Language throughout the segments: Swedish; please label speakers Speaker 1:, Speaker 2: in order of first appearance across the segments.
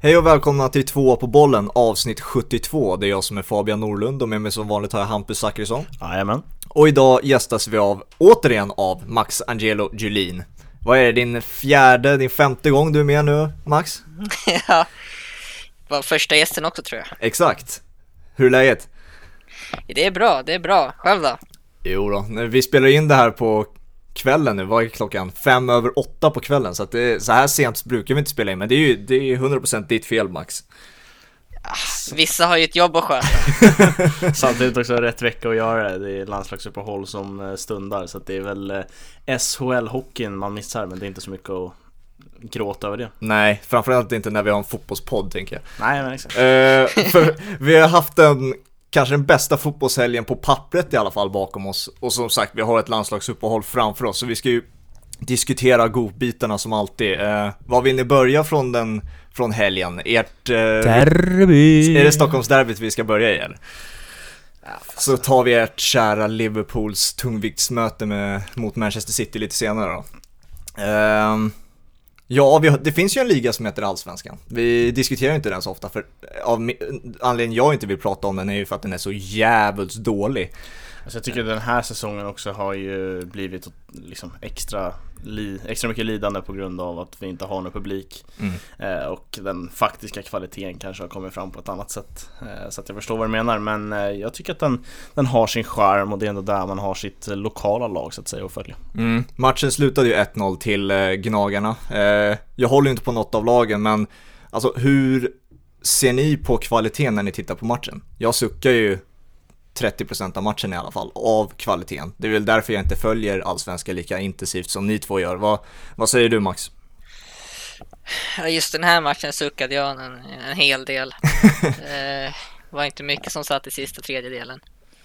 Speaker 1: Hej och välkomna till 2 på bollen, avsnitt 72. Det är jag som är Fabian Norlund och med mig som vanligt har jag Hampus Zachrisson.
Speaker 2: Jajamän.
Speaker 1: Och idag gästas vi återigen av Max Angelo Julin. Vad är det, din femte gång du är med nu, Max?
Speaker 3: Ja, var första gästen också tror jag.
Speaker 1: Exakt. Hur är läget?
Speaker 3: Det är bra. Själv då?
Speaker 1: Jo då, vi spelar in det här på kvällen nu, vad är klockan? 7:05 på kvällen, så att så här sent brukar vi inte spela in, men det är 100% ditt fel, Max.
Speaker 3: Vissa har ju ett jobb att sköta.
Speaker 2: Samtidigt också rätt vecka att göra det. Det är landslagsuppehåll som stundar, så att det är väl SHL-hockeyn man missar, men det är inte så mycket att gråta över det.
Speaker 1: Nej, framförallt inte när vi har en fotbollspodd, tänker jag.
Speaker 2: Nej, men exakt.
Speaker 1: För vi har haft kanske den bästa fotbollshelgen på pappret i alla fall bakom oss. Och som sagt, vi har ett landslagsuppehåll framför oss. Så vi ska ju diskutera godbitarna som alltid. Vad vill ni börja från helgen?
Speaker 2: Derby!
Speaker 1: Är det Stockholmsderbyt vi ska börja i, eller? Så tar vi ert kära Liverpools tungviktsmöte mot Manchester City lite senare då. Ja, det finns ju en liga som heter Allsvenskan. Vi diskuterar inte den så ofta, för anledningen jag inte vill prata om den är ju för att den är så jävligt dålig.
Speaker 2: Alltså jag tycker att den här säsongen också har ju blivit liksom extra mycket lidande på grund av att vi inte har någon publik. Och den faktiska kvaliteten kanske har kommit fram på ett annat sätt. Så att jag förstår vad du menar, men jag tycker att den har sin charm, och det är ändå där man har sitt lokala lag så att säga att följa.
Speaker 1: Matchen slutade ju 1-0 till Gnagarna. Jag håller ju inte på något av lagen, men alltså, hur ser ni på kvaliteten när ni tittar på matchen? Jag suckar ju 30% av matchen i alla fall av kvaliteten. Det är väl därför jag inte följer Allsvenskan lika intensivt som ni två gör. Vad säger du, Max?
Speaker 3: Just den här matchen suckade jag en hel del. Var inte mycket som satt i sista tredjedelen.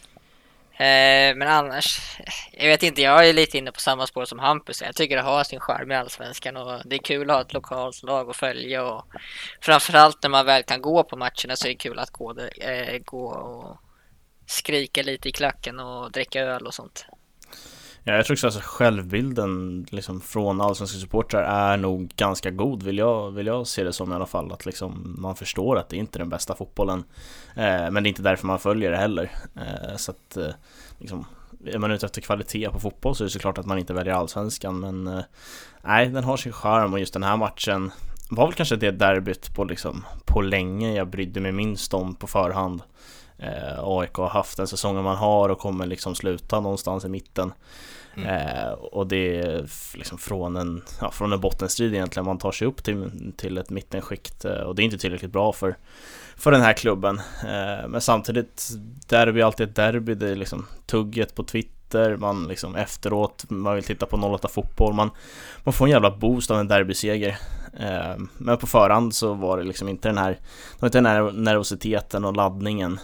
Speaker 3: Men annars, jag vet inte, jag är lite inne på samma spår som Hampus. Jag tycker det har sin charm i Allsvenskan, och det är kul att ha ett lokalt lag att följa, och framförallt när man väl kan gå på matcherna så är det kul att gå och skrika lite i klacken och dricka öl och sånt.
Speaker 2: Ja, jag tror också att självbilden liksom från allsvenska supportrar är nog ganska god, vill jag se det som i alla fall, att liksom man förstår att det inte är den bästa fotbollen, men det är inte därför man följer det heller. Så att liksom, är man ute efter kvalitet på fotboll så är det såklart att man inte väljer Allsvenskan, men nej, den har sin charm, och just den här matchen var väl kanske det derbyt på länge jag brydde mig minst om på förhand. AIK har haft den säsongen man har och kommer liksom sluta någonstans i mitten. Och det är liksom från en bottenstrid egentligen man tar sig upp till ett mittenskikt, och det är inte tillräckligt bra för den här klubben. Men samtidigt, derby är alltid ett derby. Det är liksom tugget på Twitter, man liksom efteråt, man vill titta på 08 fotboll, man får en jävla boost av en derbyseger. Men på förhand så var det liksom inte den här nervositeten och laddningen.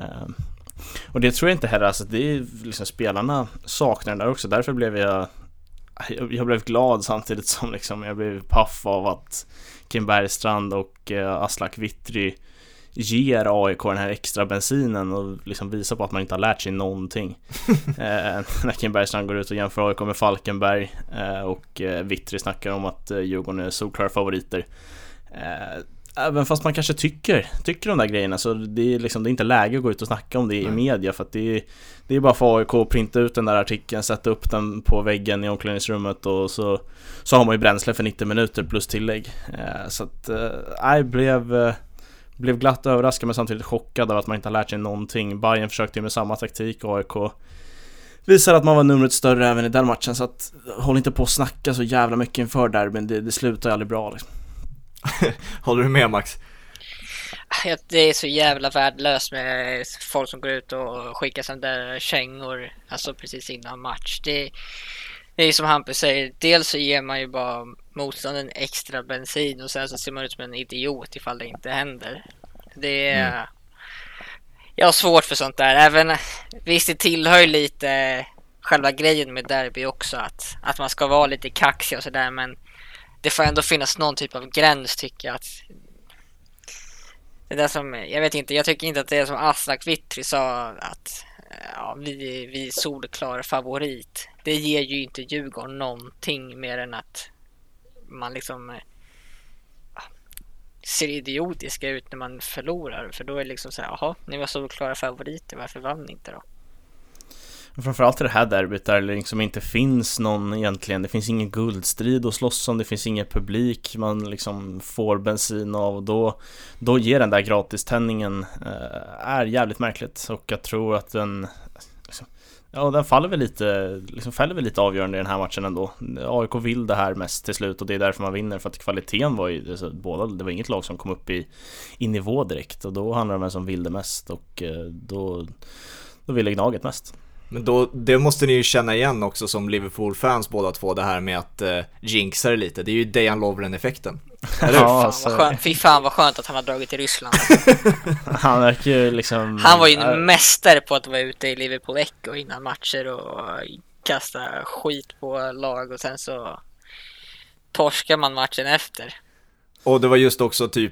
Speaker 2: Och det tror jag inte heller, alltså det är liksom, spelarna saknar den där också. Därför blev jag blev glad, samtidigt som liksom jag blev paff av att Kim Bergstrand och Aslak Witry ger AIK den här extra bensinen och liksom visar på att man inte har lärt sig någonting. När Kim Bergstrand går ut och jämför AIK med Falkenberg, och Witry snackar om att Djurgården är solklara favoriter. Även fast man kanske tycker de där grejerna, så det är inte läge att gå ut och snacka om det i media, för att det är bara för AIK att printa ut den där artikeln, sätta upp den på väggen i omklädningsrummet, och så har man ju bränsle för 90 minuter plus tillägg. Så att jag blev glatt överraskad, men samtidigt chockad av att man inte har lärt sig någonting. Bayern försökte ju med samma taktik, AIK visar att man var numret större även i den matchen, så att håll inte på att snacka så jävla mycket inför derbyn, det slutar ju aldrig bra liksom.
Speaker 1: Håller du med, Max?
Speaker 3: Det är så jävla värdelöst med folk som går ut och skickar sådana där kängor alltså precis innan match. Det är som Hampus säger, dels så ger man ju bara motståndaren extra bensin, och sen så ser man ut som en idiot ifall det inte händer. Jag har svårt för sånt där. Även visst, det tillhör ju lite själva grejen med derby också, att man ska vara lite kaxig och sådär, men det får ändå finnas någon typ av gräns, tycker jag. Att det där som, jag vet inte, jag tycker inte att det är som Aslak Witry sa, att vi är solklar favorit. Det ger ju inte Djurgården någonting mer än att man liksom ser idiotiska ut när man förlorar. För då är det liksom så här, jaha, ni var så klara favoriter, varför vann ni inte då?
Speaker 2: Framförallt i det här derbyt där det liksom inte finns någon egentligen, det finns ingen guldstrid att slåss om, det finns ingen publik man liksom får bensin av, och då ger den där gratiständningen är jävligt märkligt, och jag tror att den liksom, ja, den faller väl lite avgörande i den här matchen ändå. AIK vill det här mest till slut, och det är därför man vinner, för att kvaliteten var ju alltså, det var inget lag som kom upp i nivå direkt, och då handlar det om vem som vill det mest, och då ville Gnaget mest.
Speaker 1: Men då, det måste ni ju känna igen också som Liverpool-fans båda två, det här med att jinxa det lite. Det är ju Dejan Lovren-effekten.
Speaker 2: Ja,
Speaker 3: fy fan vad skönt att han har dragit till Ryssland.
Speaker 2: Han verkar ju liksom...
Speaker 3: Han var ju en mästare på att vara ute i Liverpool-Echo innan matcher och kasta skit på lag, och sen så torskar man matchen efter.
Speaker 1: Och det var just också typ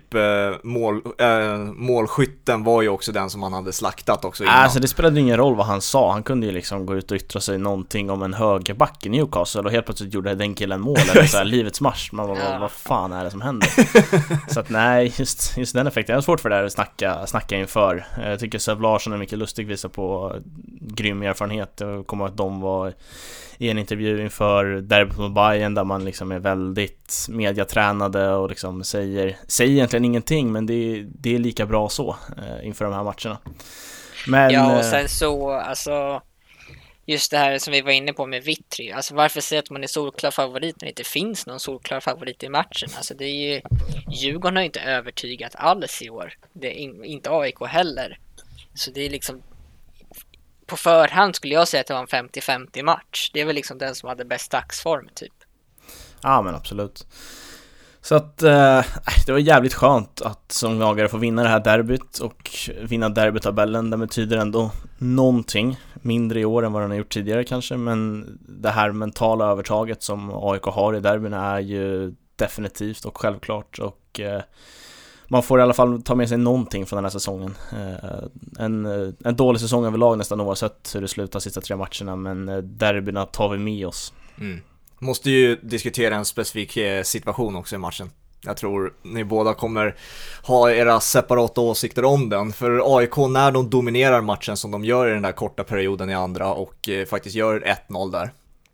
Speaker 1: målskytten var ju också den som han hade slaktat också innan.
Speaker 2: Alltså det spelade ingen roll vad han sa. Han kunde ju liksom gå ut och yttra sig någonting om en högerback i Newcastle, och helt plötsligt gjorde den killen mål eller så här, livets marsch. Man bara, vad fan är det som händer? Så att nej, just den effekten. Jag har svårt för det här att snacka inför. Jag tycker Sev Larsson och Micke Lustig visar på grym erfarenhet. Jag kommer att de var i en intervju inför derbyt mot Bayern, där man liksom är väldigt mediatränade och liksom säger egentligen ingenting, men det är lika bra så inför de här matcherna. Men,
Speaker 3: ja, och sen så alltså just det här som vi var inne på med Vittry, alltså varför säga att man är solklar favorit när det inte finns någon solklar favorit i matchen? Alltså det är ju, Djurgården har inte övertygat alls i år, det är inte AIK heller, så det är liksom på förhand skulle jag säga att det var en 50-50 match. Det är väl liksom den som hade bäst dagsform typ.
Speaker 2: Ja, men absolut. Så att det var jävligt skönt att som gnagare få vinna det här derbyt och vinna derbytabellen. Det betyder ändå någonting, mindre i år än vad den har gjort tidigare kanske, men det här mentala övertaget som AIK har i derbyna är ju definitivt och självklart, och man får i alla fall ta med sig någonting från den här säsongen. En dålig säsong överlag nästan oavsett hur det slutar sista 3 matcherna, men derbyna tar vi med oss.
Speaker 1: Måste ju diskutera en specifik situation också i matchen. Jag tror ni båda kommer ha era separata åsikter om den. För AIK, när de dominerar matchen som de gör i den där korta perioden i andra och faktiskt gör 1-0 där,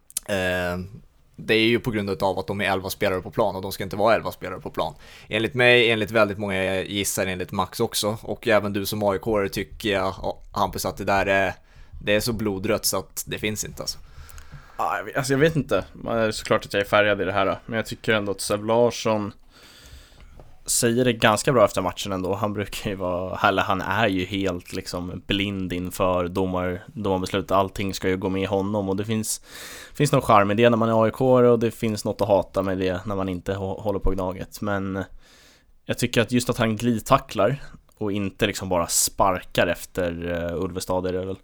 Speaker 1: det är ju på grund av att de är 11 spelare på plan, och de ska inte vara 11 spelare på plan. Enligt mig, enligt väldigt många gissar, enligt Max också, och även du som AIK-are tycker jag, Hampus, att det är så blodrött så att det finns inte alltså.
Speaker 2: Alltså jag vet inte, det är såklart att jag är färgad i det här, men jag tycker ändå att Sev Larsson säger det ganska bra efter matchen ändå. Han brukar ju han är ju helt liksom blind inför domarbeslut. Allting ska ju gå med honom, och det finns någon charm i det när man är AIK, och det finns något att hata med det när man inte håller på Gnaget. Men jag tycker att just att han glidtacklar och inte liksom bara sparkar efter Ulvestad är det väl.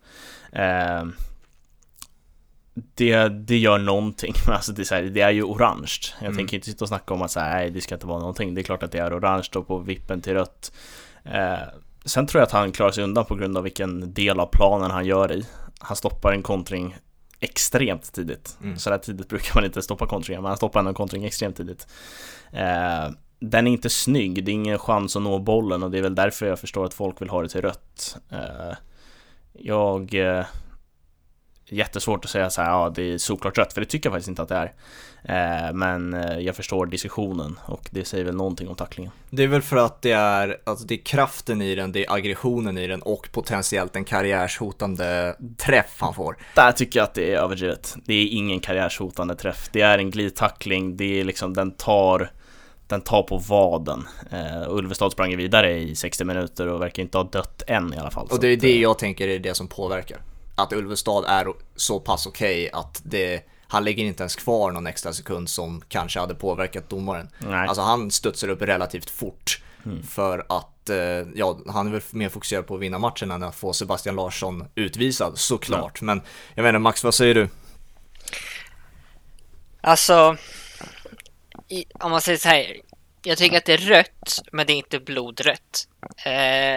Speaker 2: Det gör någonting. Alltså det är ju orange. Jag tänker inte sitta och snacka om att nej, det ska inte vara någonting. Det är klart att det är orange då på vippen till rött. Sen tror jag att han klarar sig undan på grund av vilken del av planen han gör i. Han stoppar en kontring extremt tidigt. Så där tidigt brukar man inte stoppa kontringar, men han stoppar en kontring extremt tidigt. Den är inte snygg. Det är ingen chans att nå bollen, och det är väl därför jag förstår att folk vill ha det till rött. Jättesvårt att säga så här, ja, det är såklart rött, för det tycker jag faktiskt inte att det är. Men jag förstår diskussionen, och det säger väl någonting om tacklingen.
Speaker 1: Det är väl för att det är kraften i den, det är aggressionen i den, och potentiellt en karriärshotande träff han får.
Speaker 2: Där tycker jag att det är överdrivet. Det är ingen karriärshotande träff. Det är en glidtackling. Det är liksom, den tar på vaden. Ulvestad sprang vidare i 60 minuter och verkar inte ha dött än i alla fall.
Speaker 1: Och det är det jag tänker är det som påverkar. Att Ulvestad är så pass okej att han lägger inte ens kvar någon extra sekund som kanske hade påverkat domaren.
Speaker 2: Nej.
Speaker 1: Alltså han studsar upp relativt fort för att han är väl mer fokuserad på att vinna matchen än att få Sebastian Larsson utvisad, såklart. Men jag menar, Max, vad säger du?
Speaker 3: Alltså, om man säger så här, jag tycker att det är rött, men det är inte blodrött.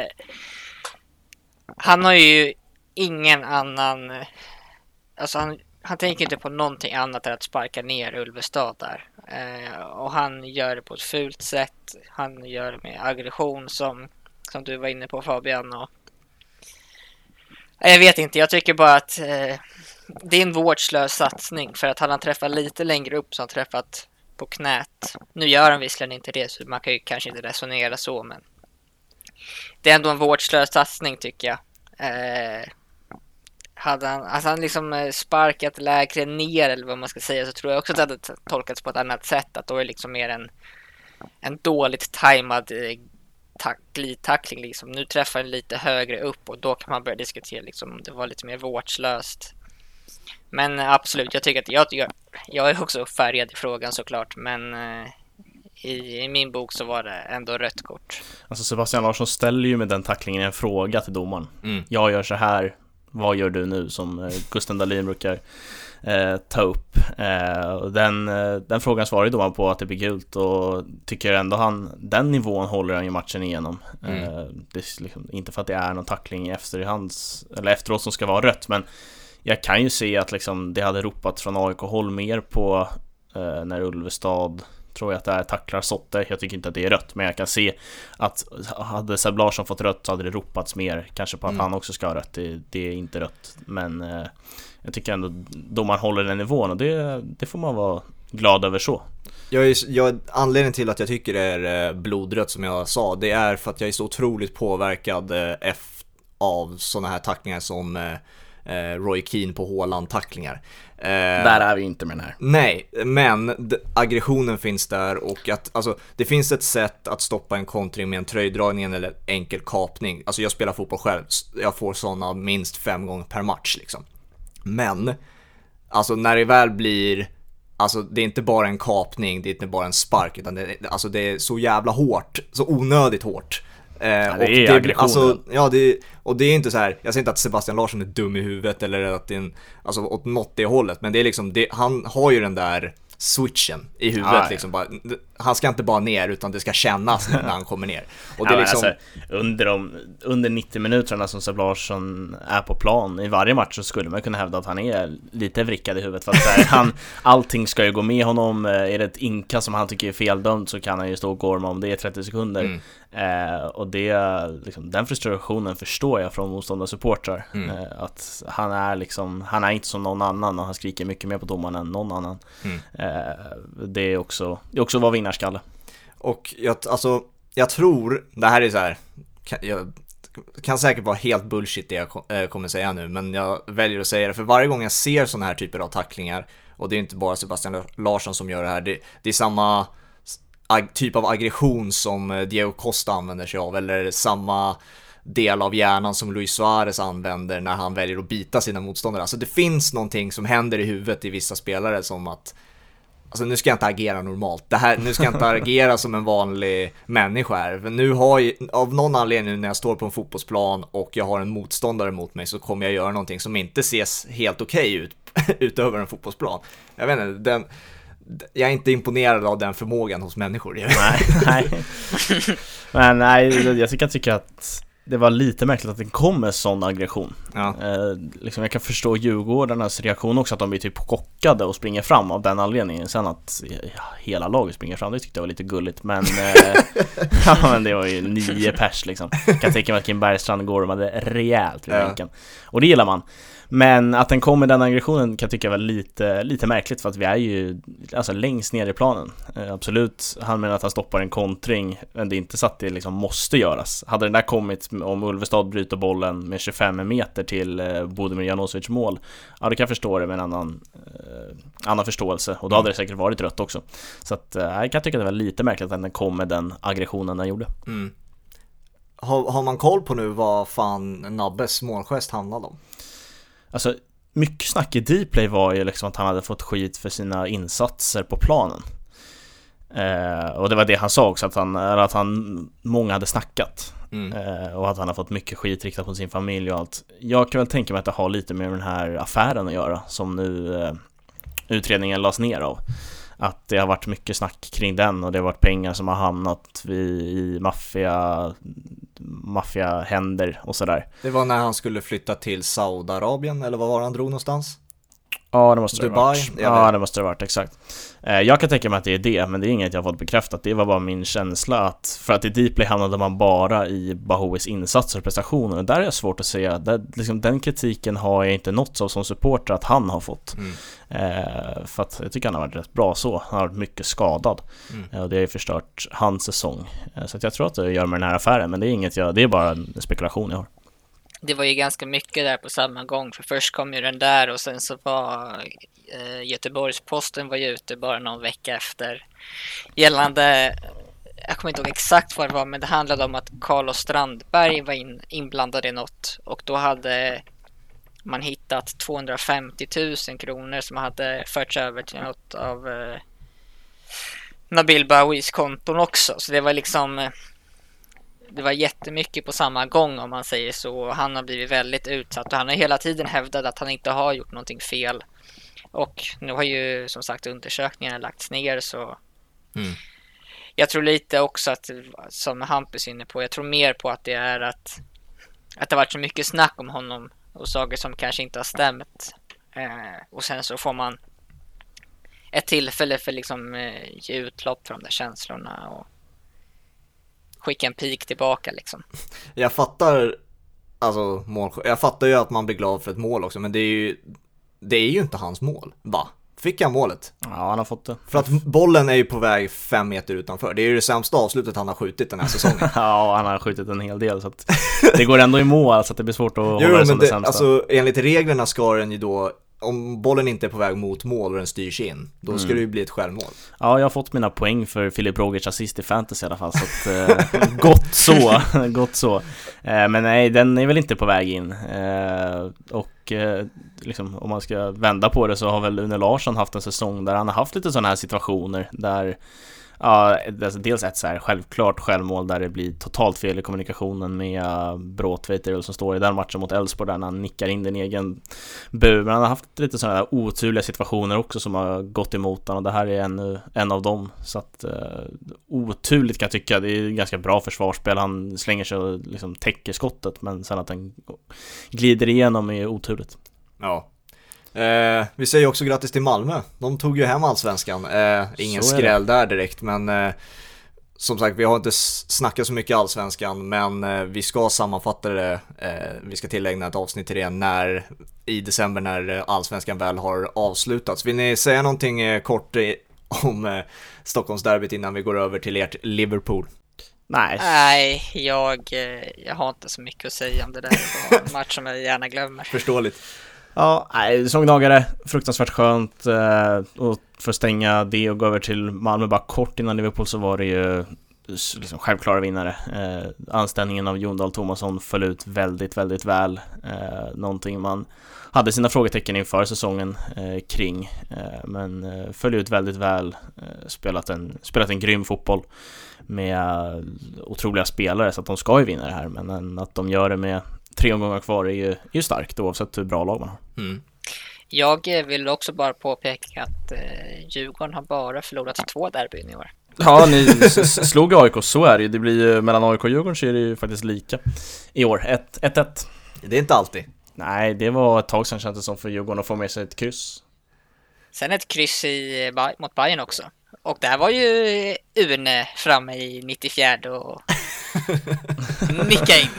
Speaker 3: Han har ju ingen annan, alltså han tänker inte på någonting annat än att sparka ner Ulvestad där. Och han gör det på ett fult sätt. Han gör det med aggression som du var inne på, Fabian. Och jag vet inte, jag tycker bara att det är en vårdslös satsning. För att han träffat lite längre upp så han träffat på knät. Nu gör han visserligen inte det, så man kan ju kanske inte resonera så, men det är ändå en vårdslös satsning tycker jag. Hade han liksom sparkat lägre ner eller vad man ska säga, så tror jag också att det hade tolkats på ett annat sätt. Att då är det liksom mer en dåligt tajmad glidtackling liksom. Nu träffar den lite högre upp och då kan man börja diskutera liksom, om det var lite mer vårdslöst. Men absolut, jag tycker att jag är också färgad i frågan såklart, men i min bok så var det ändå rött kort.
Speaker 2: Alltså Sebastian Larsson ställer ju med den tacklingen en fråga till domaren. Jag gör så här, vad gör du nu? Som Gusten Dahlin brukar ta upp. Den frågan svarar ju domaren på att det blir gult, och tycker ändå den nivån håller han ju matchen igenom. Det är liksom, inte för att det är någon tackling efteråt som ska vara rött, men jag kan ju se att liksom, det hade ropat från AIK-håll mer på när Ulvestad, tror jag att det är, tacklar Sotte. Jag tycker inte att det är rött, men jag kan se att hade Seb Larsson fått rött så hade det ropats mer, kanske på att han också ska ha rött. Det är inte rött, men jag tycker ändå domaren håller den nivån, och det får man vara glad över så.
Speaker 1: Anledningen till att jag tycker det är blodrött, som jag sa, det är för att jag är så otroligt påverkad av såna här tacklingar som Roy Keane på Haaland-tacklingar.
Speaker 2: Där är vi inte med den här.
Speaker 1: Nej, men aggressionen finns där, och att alltså, det finns ett sätt att stoppa en kontring med en tröjdragning eller en enkel kapning. Alltså jag spelar fotboll själv, jag får sådana minst 5 gånger per match liksom. Men alltså när det väl blir, alltså det är inte bara en kapning, det är inte bara en spark, utan det är så jävla hårt, så onödigt hårt.
Speaker 2: Det är aggressionen.
Speaker 1: Alltså, och det är inte så här, jag säger inte att Sebastian Larsson är dum i huvudet eller att det är alltså åt något det hållet, men det är liksom han har ju den där switchen i huvudet liksom, bara, han ska inte bara ner, utan det ska kännas när han kommer ner. Och det är liksom
Speaker 2: under 90 minuterna som Seb Larsson är på plan i varje match, så skulle man kunna hävda att han är lite vrickad i huvudet, för att allting ska ju gå med honom. Är det ett inkast som han tycker är feldömt, så kan han ju stå och gorma om det är 30 sekunder. Och det liksom, den frustrationen förstår jag från motståndarsupportrar. Att han är inte som någon annan, och han skriker mycket mer på domaren än någon annan. Det är också vad vinnarskalle.
Speaker 1: Och jag tror, det här är så här, jag kan säkert vara helt bullshit det jag kommer säga nu, men jag väljer att säga det, för varje gång jag ser såna här typer av tacklingar, och det är inte bara Sebastian Larsson som gör det här, det är samma typ av aggression som Diego Costa använder sig av, eller samma del av hjärnan som Luis Suarez använder när han väljer att bita sina motståndare. Alltså det finns någonting som händer i huvudet i vissa spelare, som att alltså nu ska jag inte agera normalt. Nu ska jag inte agera som en vanlig människa här. För nu av någon anledning, när jag står på en fotbollsplan och jag har en motståndare mot mig, så kommer jag göra någonting som inte ses helt okej ut utöver en fotbollsplan. Jag vet inte, jag är inte imponerad av den förmågan hos människor.
Speaker 2: Nej. Men nej, jag tycker att det var lite märkligt att det kom med sån aggression. Liksom jag kan förstå Djurgårdarnas reaktion också, att de blir typ chockade och springer fram av den anledningen. Sen att hela laget springer fram, det tyckte jag var lite gulligt. Men, men det var ju 9 pers liksom. Jag kan tänka mig att Kim Bergstrand går och hade rejält vid bänken. Och det gillar man. Men att den kom med den aggressionen kan jag tycka var lite märkligt, för att vi är ju alltså längst ner i planen. Absolut, han menar att han stoppar en kontring, men det är inte så att det liksom måste göras. Hade den där kommit om Ulvestad bryter bollen med 25 meter till Budimir Janosevic mål, ja, det kan jag förstå det med en annan förståelse, och då hade det säkert varit rött också. Så att jag kan tycka att det var lite märkligt att den kom med den aggressionen den gjorde.
Speaker 1: Har man koll på nu vad fan Nabbes målgest handlade om?
Speaker 2: Alltså, mycket snack i Dplay var ju liksom att han hade fått skit för sina insatser på planen. Och det var det han sa också, att många hade snackat. Och att han har fått mycket skit riktat på sin familj och allt. Jag kan väl tänka mig att det har lite med den här affären att göra, som nu utredningen lades ner av. Att det har varit mycket snack kring den, och det har varit pengar som har hamnat i maffiahänder och sådär.
Speaker 1: Det var när han skulle flytta till Saudiarabien, eller vad var han drog någonstans?
Speaker 2: Ja, det måste
Speaker 1: Dubai,
Speaker 2: det varit. Ja, det måste det varit, exakt. Jag kan tänka mig att det är det, men det är inget jag fått bekräftat. Det var bara min känsla att för att i Dplay hamnade man bara i Bahouis insatser och prestationer, och där är det svårt att säga. Liksom, den kritiken har jag inte nått av som supporter att han har fått. För att jag tycker han har varit rätt bra så. Han har varit mycket skadad. Och det har ju förstört hans säsong. Så att jag tror att det gör med den här affären, men det är inget det är bara en spekulation jag har.
Speaker 3: Det var ju ganska mycket där på samma gång, för först kom ju den där och sen så var Göteborgs-Posten var ju ute bara någon vecka efter gällande, jag kommer inte ihåg exakt vad det var, men det handlade om att Carlos Strandberg var inblandad i något, och då hade man hittat 250 000 kronor som hade förts över till något av Nabil Bahouis konton också, så det var liksom det var jättemycket på samma gång, om man säger så. Han har blivit väldigt utsatt och han har hela tiden hävdat att han inte har gjort någonting fel. Och nu har ju som sagt undersökningarna lagts ner, så jag tror lite också att, som Hampus är inne på, jag tror mer på att det är att det har varit så mycket snack om honom och saker som kanske inte har stämt. Och sen så får man ett tillfälle för liksom ge utlopp för de där känslorna och skicka en pik tillbaka liksom.
Speaker 1: Jag fattar alltså jag fattar ju att man blir glad för ett mål också, men det är ju inte hans mål. Va? Fick han målet?
Speaker 2: Ja, han har fått det.
Speaker 1: För att bollen är ju på väg 5 meter utanför. Det är ju det sämsta avslutet han har skjutit den här säsongen.
Speaker 2: Ja, han har skjutit en hel del, så att det går ändå i mål, så att det blir svårt att hålla det som det sämsta.
Speaker 1: Alltså, enligt reglerna ska den ju då, om bollen inte är på väg mot mål och den styrs in, då ska det ju bli ett självmål.
Speaker 2: Ja, jag har fått mina poäng för Filip Rogic assist i fantasy i alla fall, så att, gott så. Men nej, den är väl inte på väg in. Och liksom, om man ska vända på det, så har väl Une Larsson haft en säsong där han har haft lite sådana här situationer där dels ett så här självklart självmål där det blir totalt fel i kommunikationen med Bråtveiter som står i den matchen mot Elfsborg där han nickar in den egen bur, men han har haft lite sådana här oturliga situationer också som har gått emot honom, och det här är en av dem, så att oturligt kan jag tycka. Det är ganska bra försvarsspel, han slänger sig och liksom täcker skottet, men sen att den glider igenom är oturligt.
Speaker 1: Ja. Vi säger också grattis till Malmö. De tog ju hem allsvenskan. Ingen skräll där direkt, men som sagt, vi har inte snackat så mycket allsvenskan, men vi ska sammanfatta det. Vi ska tillägna ett avsnitt till det i december när allsvenskan väl har avslutats. Vill ni säga någonting kort om Stockholmsderbyt innan vi går över till ert Liverpool?
Speaker 3: Nej, jag har inte så mycket att säga om det där. Det var en match som jag gärna glömmer.
Speaker 1: Förståeligt.
Speaker 2: Ja, som gnagare, fruktansvärt skönt. Och för att stänga det och gå över till Malmö bara kort innan Liverpool, så var det ju liksom självklara vinnare. Anställningen av Jon Dahl Tomasson föll ut väldigt, väldigt väl. Någonting man hade sina frågetecken inför säsongen kring, men föll ut väldigt väl. Spelat en grym fotboll med otroliga spelare, så att de ska ju vinna det här, men att de gör det med 3 omgångar kvar är ju starkt, oavsett hur bra lag man har.
Speaker 3: Jag vill också bara påpeka att Djurgården har bara förlorat 2 derbyn i år.
Speaker 2: Ja, ni slog AIK, så är det ju. Det blir ju, mellan AIK och Djurgården så är det ju faktiskt lika i år, 1-1.
Speaker 1: Det är inte alltid.
Speaker 2: Nej, det var ett tag sedan kändes som för Djurgården att få med sig ett kryss.
Speaker 3: Sen ett kryss mot Bayern också. Och där var ju Une framme i 94 och nicka in.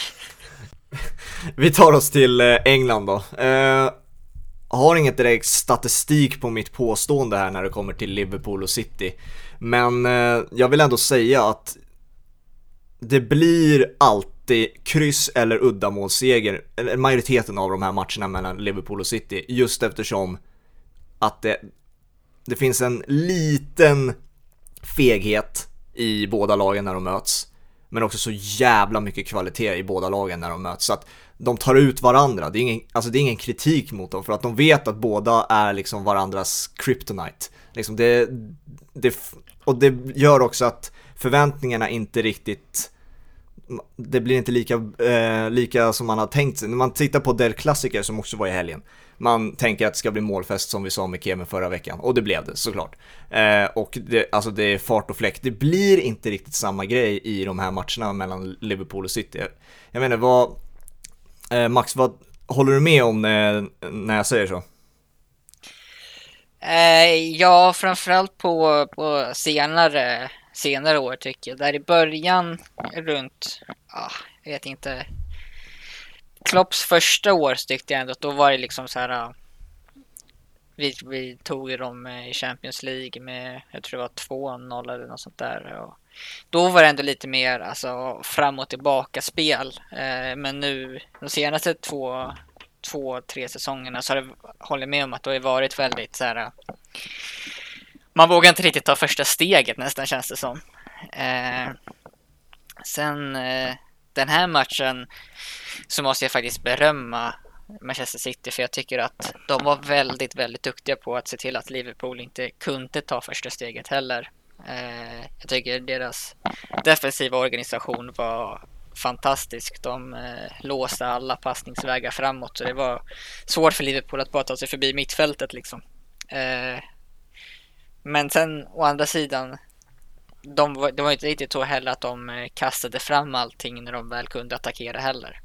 Speaker 1: Vi tar oss till England då. Har inget direkt statistik på mitt påstående här när det kommer till Liverpool och City. Men jag vill ändå säga att det blir alltid kryss eller uddamålsseger, majoriteten av de här matcherna mellan Liverpool och City, just eftersom att det finns en liten feghet i båda lagen när de möts, men också så jävla mycket kvalitet i båda lagen när de möts, så att de tar ut varandra. Det är ingen kritik mot dem, för att de vet att båda är liksom varandras kryptonite. Liksom och det gör också att förväntningarna inte riktigt, det blir inte lika som man har tänkt sig. När man tittar på Del Klassiker som också var i helgen, man tänker att det ska bli målfest som vi sa med Kemen förra veckan, och det blev det såklart. Och det är fart och fläkt. Det blir inte riktigt samma grej i de här matcherna mellan Liverpool och City. Jag menar, Max, vad håller du med om när jag säger så?
Speaker 3: Ja, framförallt på senare år tycker jag. Där i början runt, jag vet inte. Klopps första år tyckte jag ändå att då var det liksom så här. Vi tog dem i Champions League med, jag tror det var 2-0 eller något sånt där. Och då var det ändå lite mer alltså, fram och tillbaka spel. Men nu, de senaste 2-3 säsongerna så har det hållit med om att det har varit väldigt så här. Man vågar inte riktigt ta första steget nästan, känns det som. Sen den här matchen så måste jag faktiskt berömma Manchester City, för jag tycker att de var väldigt, väldigt duktiga på att se till att Liverpool inte kunde ta första steget heller. Jag tycker deras defensiva organisation var fantastisk. De låste alla passningsvägar framåt, så det var svårt för Liverpool att bara ta sig förbi mittfältet liksom. Men sen å andra sidan, det var inte riktigt så heller att de kastade fram allting när de väl kunde attackera heller.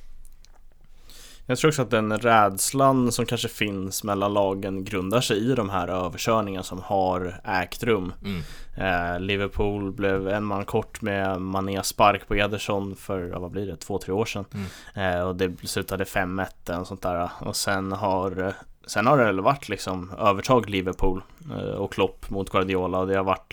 Speaker 2: Jag tror också att den rädslan som kanske finns mellan lagen grundar sig i de här överkörningarna som har ägt rum. Liverpool blev en man kort med Mané spark på Ederson för, vad blir det, 2-3 år sedan. Och det slutade 5-1 och sånt där. Och sen har det varit liksom övertag Liverpool och Klopp mot Guardiola, och det har varit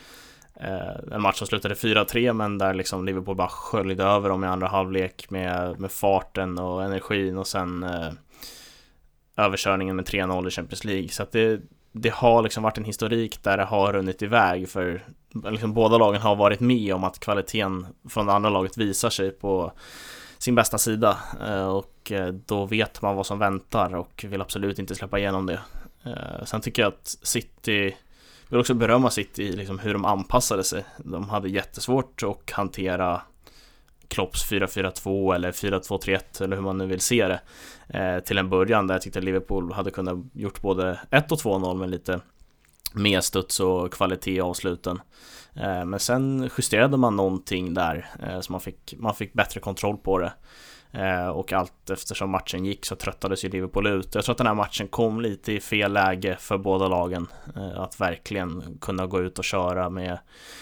Speaker 2: en match som slutade 4-3, men där liksom Liverpool bara sköljde över dem i andra halvlek med farten och energin, och sen överkörningen med 3-0 i Champions League. Så att det har liksom varit en historik där det har runnit iväg, för liksom båda lagen har varit med om att kvaliteten från det andra laget visar sig på sin bästa sida, och då vet man vad som väntar och vill absolut inte släppa igenom det. Sen tycker jag att City, vill också berömma City liksom hur de anpassade sig. De hade jättesvårt att hantera Klopps 4-4-2 eller 4-2-3-1 eller hur man nu vill se det till en början, där jag tyckte Liverpool hade kunnat gjort både 1 och 2-0 med lite mer studs och kvalitet i avsluten. Men sen justerade man någonting där, så man fick bättre kontroll på det. Och allt eftersom matchen gick så tröttades ju Liverpool ut. Jag tror att den här matchen kom lite i fel läge för båda lagen, att verkligen kunna gå ut och köra med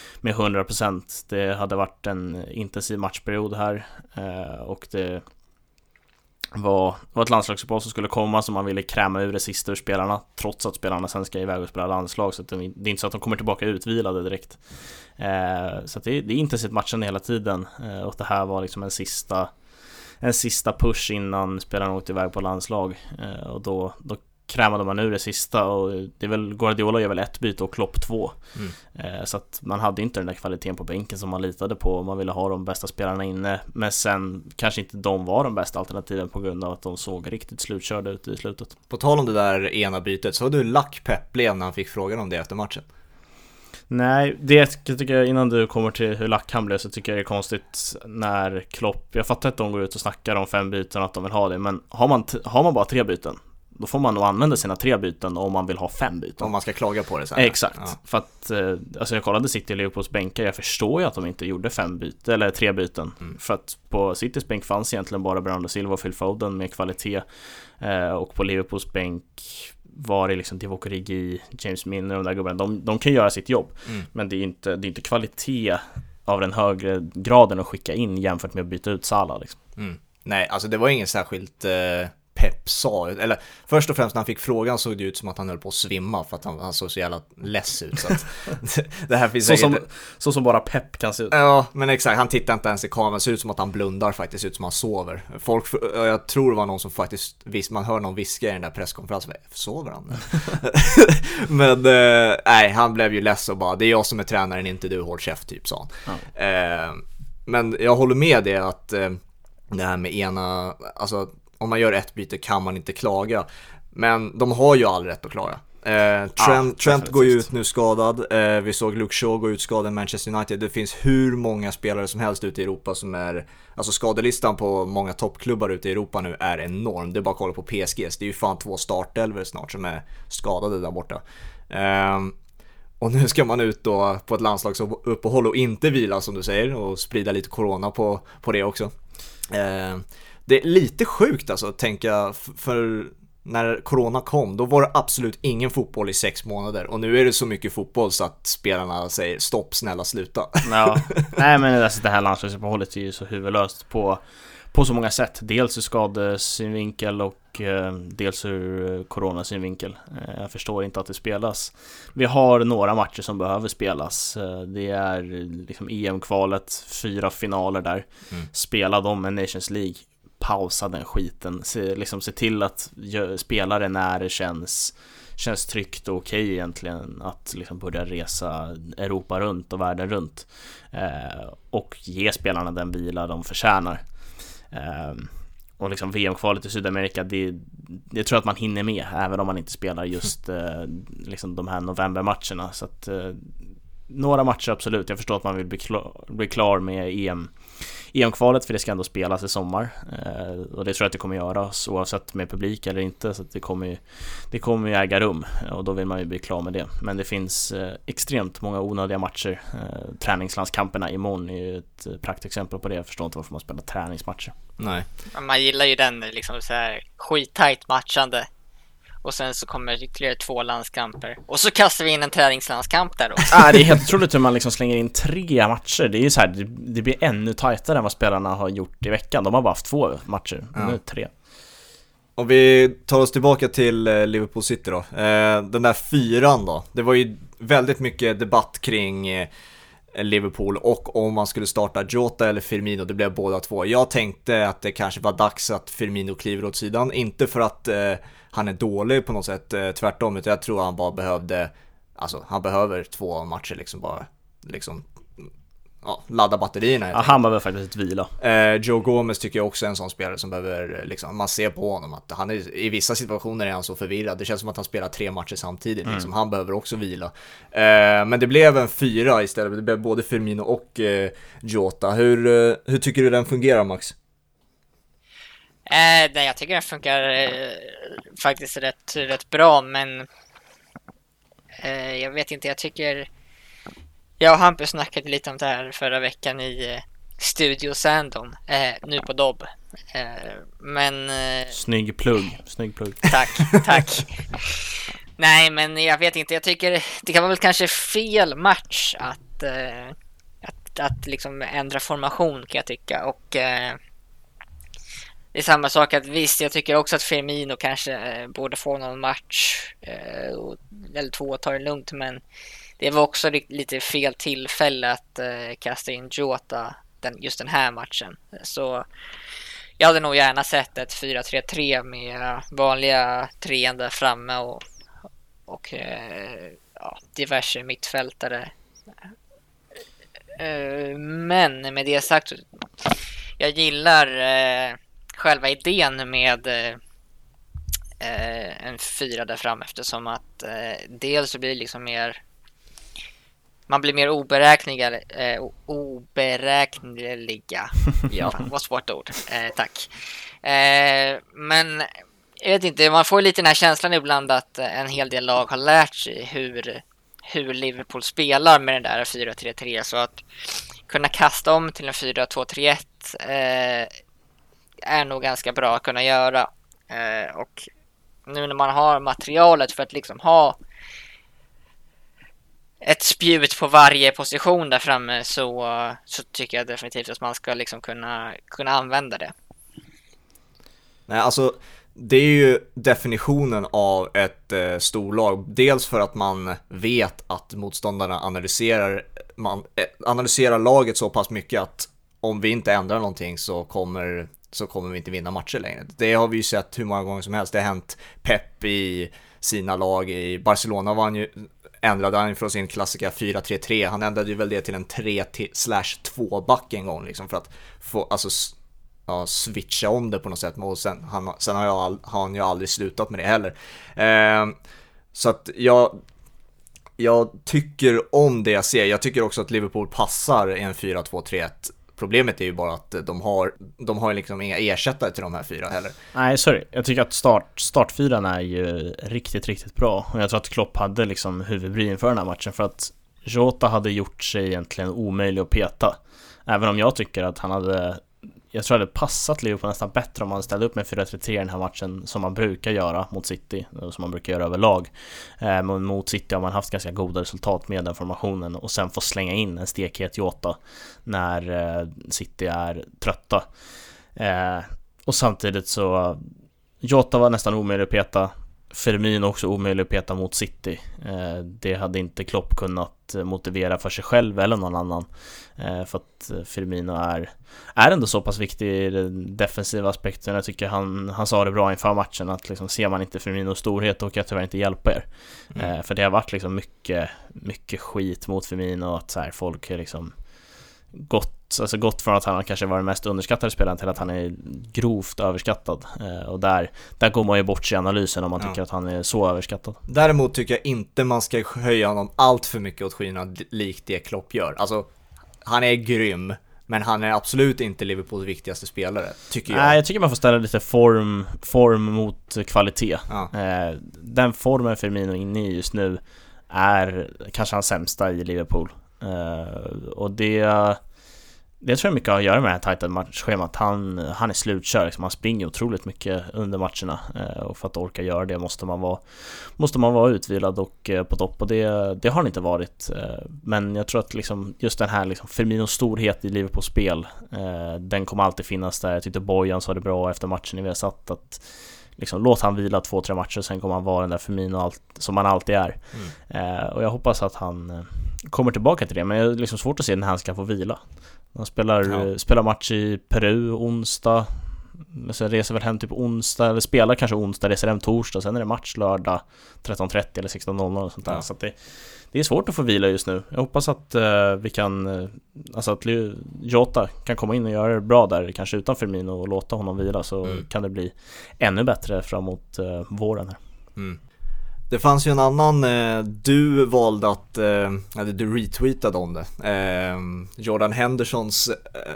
Speaker 2: 100%. Det hade varit en intensiv matchperiod här, och det var ett landslagsuppehåll som skulle komma, som man ville kräma ur det sista ur spelarna, trots att spelarna sen ska iväg och spela landslag, så att det är inte så att de kommer tillbaka utvilade direkt. Så att det är intensivt matchen hela tiden, och det här var liksom en sista push innan spelarna åkte iväg på landslag, och då krämade man ur det sista, och det är väl Guardiola gör väl 1 byte och Klopp 2. Så att man hade inte den där kvaliteten på bänken som man litade på. Man ville ha de bästa spelarna inne, men sen kanske inte de var de bästa alternativen på grund av att de såg riktigt slutkörda ut i slutet.
Speaker 1: På tal om det där ena bytet, så var du lack Pep blev när han fick frågan om det efter matchen?
Speaker 2: Nej, det tycker jag, innan du kommer till hur lack han blev, så tycker jag det är konstigt när Klopp, jag fattar att de går ut och snackar om 5 byten, att de vill ha det, men har man bara 3 byten, då får man nog använda sina 3 byten om man vill ha 5 byten.
Speaker 1: Om man ska klaga på det sen.
Speaker 2: Exakt, ja. För att alltså jag kollade City och Liverpools bänkar, jag förstår ju att de inte gjorde 5 byten eller 3 byten. För att på Citys bänk fanns egentligen bara Bernardo Silva och Phil Foden med kvalitet, och på Liverpools bänk var det liksom Divock Origi, James Milner och de där gubbarna. De kan göra sitt jobb, men det är inte kvalitet av den högre graden att skicka in jämfört med att byta ut Salah liksom.
Speaker 1: Nej, alltså det var ingen särskilt Pep sa, eller först och främst när han fick frågan såg det ut som att han höll på att svimma, för att han såg så jävla less ut, så att det här finns
Speaker 2: så som bara Pep kan se ut.
Speaker 1: Ja, men exakt, han tittar inte ens i kameran, ser ut som att han blundar faktiskt, ut som att han sover. Jag tror det var någon som faktiskt man hör någon viska i den där presskonferensen, sover han? Men nej, han blev ju less och bara, det är jag som är tränaren, inte du, håll käft typ, sa han. Men jag håller med det att det här med ena, alltså om man gör 1 byte kan man inte klaga, men de har ju all rätt att klaga. Trent går ju ut nu skadad, vi såg Luke Shaw gå ut skadad i Manchester United. Det finns hur många spelare som helst ute i Europa som är, alltså skadelistan på många toppklubbar ute i Europa nu är enorm. Det är bara att kolla på PSGs, det är ju fan 2 startelver snart som är skadade där borta. Och nu ska man ut då på ett landslagsuppehåll och inte vila, som du säger, och sprida lite corona på det också. Det är lite sjukt alltså att tänka, för när corona kom, då var det absolut ingen fotboll i 6 månader. Och nu är det så mycket fotboll så att spelarna säger stopp, snälla sluta.
Speaker 2: Ja, nej men alltså, det här landslagsuppehållet är ju så huvudlöst på så många sätt. Dels ur skadesynvinkel och dels ur coronasynvinkel. Jag förstår inte att det spelas. Vi har några matcher som behöver spelas. Det är liksom EM-kvalet, 4 finaler där. Spela dem med Nations League. Pausa den skiten. Se till att spelare när det känns tryggt och okej egentligen att liksom börja resa Europa runt och världen runt. Och ge spelarna den vila de förtjänar. Och liksom VM-kvalet i Sydamerika, det tror jag att man hinner med även om man inte spelar just liksom de här novembermatcherna. Så att några matcher absolut. Jag förstår att man vill bli klar med EM-kvalet, för det ska ändå spelas i sommar. Och det tror jag att det kommer göras oavsett med publik eller inte. Så att det kommer ju äga rum och då vill man ju bli klar med det. Men det finns extremt många onödiga matcher. Träningslandskamperna imorgon är ju ett praktexempel på det. Jag förstår inte varför man spelar träningsmatcher.
Speaker 1: Nej.
Speaker 3: Man gillar ju den liksom så här skittajt matchande. Och sen så kommer ytterligare 2 landskamper. Och så kastar vi in en träningslandskamp där också.
Speaker 2: Det är helt otroligt hur man liksom slänger in 3 matcher. Det är ju så här, det blir ännu tajtare än vad spelarna har gjort i veckan. De har bara haft 2 matcher, nu 3.
Speaker 1: Och vi tar oss tillbaka till Liverpool City då. Den där 4:an då. Det var ju väldigt mycket debatt kring Liverpool och om man skulle starta Jota eller Firmino. Det blev båda 2. Jag tänkte att det kanske var dags att Firmino kliver åt sidan. Inte för att han är dålig på något sätt, tvärtom, utan jag tror han bara behövde, alltså han behöver 2 matcher liksom bara liksom ladda batterierna.
Speaker 2: Ja, han behöver faktiskt vila.
Speaker 1: Joe Gomez tycker jag också är en sån spelare som behöver liksom, man ser på honom att han är, i vissa situationer är han så förvirrad. Det känns som att han spelar 3 matcher samtidigt liksom. Han behöver också vila. Men det blev en 4 istället. Det blev både Firmino och Jota. Hur tycker du den fungerar, Max?
Speaker 3: Nej, jag tycker den funkar faktiskt rätt bra, men jag vet inte, jag tycker jag och Hampus snackade lite om det här förra veckan i Studio Sandon, nu på Dobb. Men
Speaker 2: Snygg plugg.
Speaker 3: Tack. Nej, men jag vet inte, jag tycker det kan vara väl kanske fel match att liksom ändra formation, kan jag tycka. Och det är samma sak att visst, jag tycker också att Firmino kanske borde få någon match eller 2 tar det lugnt, men det var också lite fel tillfälle att kasta in Jota just den här matchen. Så jag hade nog gärna sett ett 4-3-3 med vanliga 3 där framme och diverse mittfältare. Men med det sagt, jag gillar själva idén med en 4 där fram, eftersom att dels så blir det liksom man blir mer oberäkneliga. Ja, vad svårt ord. Tack. Men jag vet inte, man får lite den här känslan ibland att en hel del lag har lärt sig hur Liverpool spelar med den där 4-3-3, så att kunna kasta om till en 4-2-3-1 är nog ganska bra att kunna göra. Och nu när man har materialet för att liksom ha ett spjut på varje position där framme, så tycker jag definitivt att man ska liksom kunna använda det.
Speaker 1: Nej, alltså det är ju definitionen av ett storlag. Dels för att man vet att motståndarna analyserar laget så pass mycket att om vi inte ändrar någonting så kommer vi inte vinna matcher längre. Det har vi ju sett hur många gånger som helst. Det har hänt Pep i sina lag. I Barcelona ändrade han från sin klassiska 4-3-3. Han ändrade ju väl det till en 3/2-back en gång liksom, för att få switcha om det på något sätt. Och sen har han ju aldrig slutat med det heller. Så att jag tycker om det jag ser. Jag tycker också att Liverpool passar i en 4-2-3-1. Problemet är ju bara att de har liksom inga ersättare till de här 4 heller.
Speaker 2: Nej, sorry. Jag tycker att startfyran är ju riktigt, riktigt bra. Och jag tror att Klopp hade liksom huvudbry för den här matchen, för att Jota hade gjort sig egentligen omöjlig att peta. Även om jag tycker att han hade jag tror det passat Liverpool nästan bättre om man ställde upp med 4-3-3 i den här matchen som man brukar göra mot City och som man brukar göra överlag. Men mot City har man haft ganska goda resultat med den formationen och sen få slänga in en stekhet Jota när City är trötta. Och samtidigt så Jota var nästan omöjlig att peta. Firmino också omöjlig att peta mot City. Det hade inte Klopp kunnat motivera för sig själv eller någon annan. För att Firmino är ändå så pass viktig i den defensiva aspekten. Jag tycker han sa det bra inför matchen att liksom, ser man inte Firminos storhet då kan jag tyvärr inte hjälpa er. För det har varit liksom mycket skit mot Firmino att så här, folk är liksom gått från att han kanske var den mest underskattade spelaren till att han är grovt överskattad. Och där går man ju bort i analysen om man tycker att han är så överskattad.
Speaker 1: Däremot tycker jag inte man ska höja honom allt för mycket åt skyarna likt det Klopp gör. Alltså, han är grym, men han är absolut inte Liverpools viktigaste spelare, tycker jag.
Speaker 2: Nej, jag tycker man får ställa lite form mot kvalitet. Den formen Firmino är inne i just nu är kanske hans sämsta i Liverpool. Och det tror jag mycket har att göra med det här tajta matchschemat. Han är slutkör, liksom. Han springer otroligt mycket under matcherna, och för att orka göra det måste man vara utvilad och på topp, och det har han inte varit. Men jag tror att liksom, just den här liksom, Firminos storhet i Liverpools spel, den kommer alltid finnas där. Jag tyckte Bojan sa det bra efter matchen vi har satt att liksom, låt han vila 2-3 matcher, sen kommer han vara den där Firmino som han alltid är. Och jag hoppas att han kommer tillbaka till det, men det är liksom svårt att se när han ska få vila. Han spelar match i Peru onsdag, så reser väl hem typ onsdag, eller spelar kanske onsdag, reser hem torsdag, sen är det match lördag 13.30 eller 16.00 och sånt där. Så att det är svårt att få vila just nu. Jag hoppas att vi kan, alltså att Jota kan komma in och göra det bra där, kanske utan Firmino, och låta honom vila, så kan det bli ännu bättre framåt våren här.
Speaker 1: Det fanns ju en annan, du valde att, du retweetade om det, Jordan Hendersons,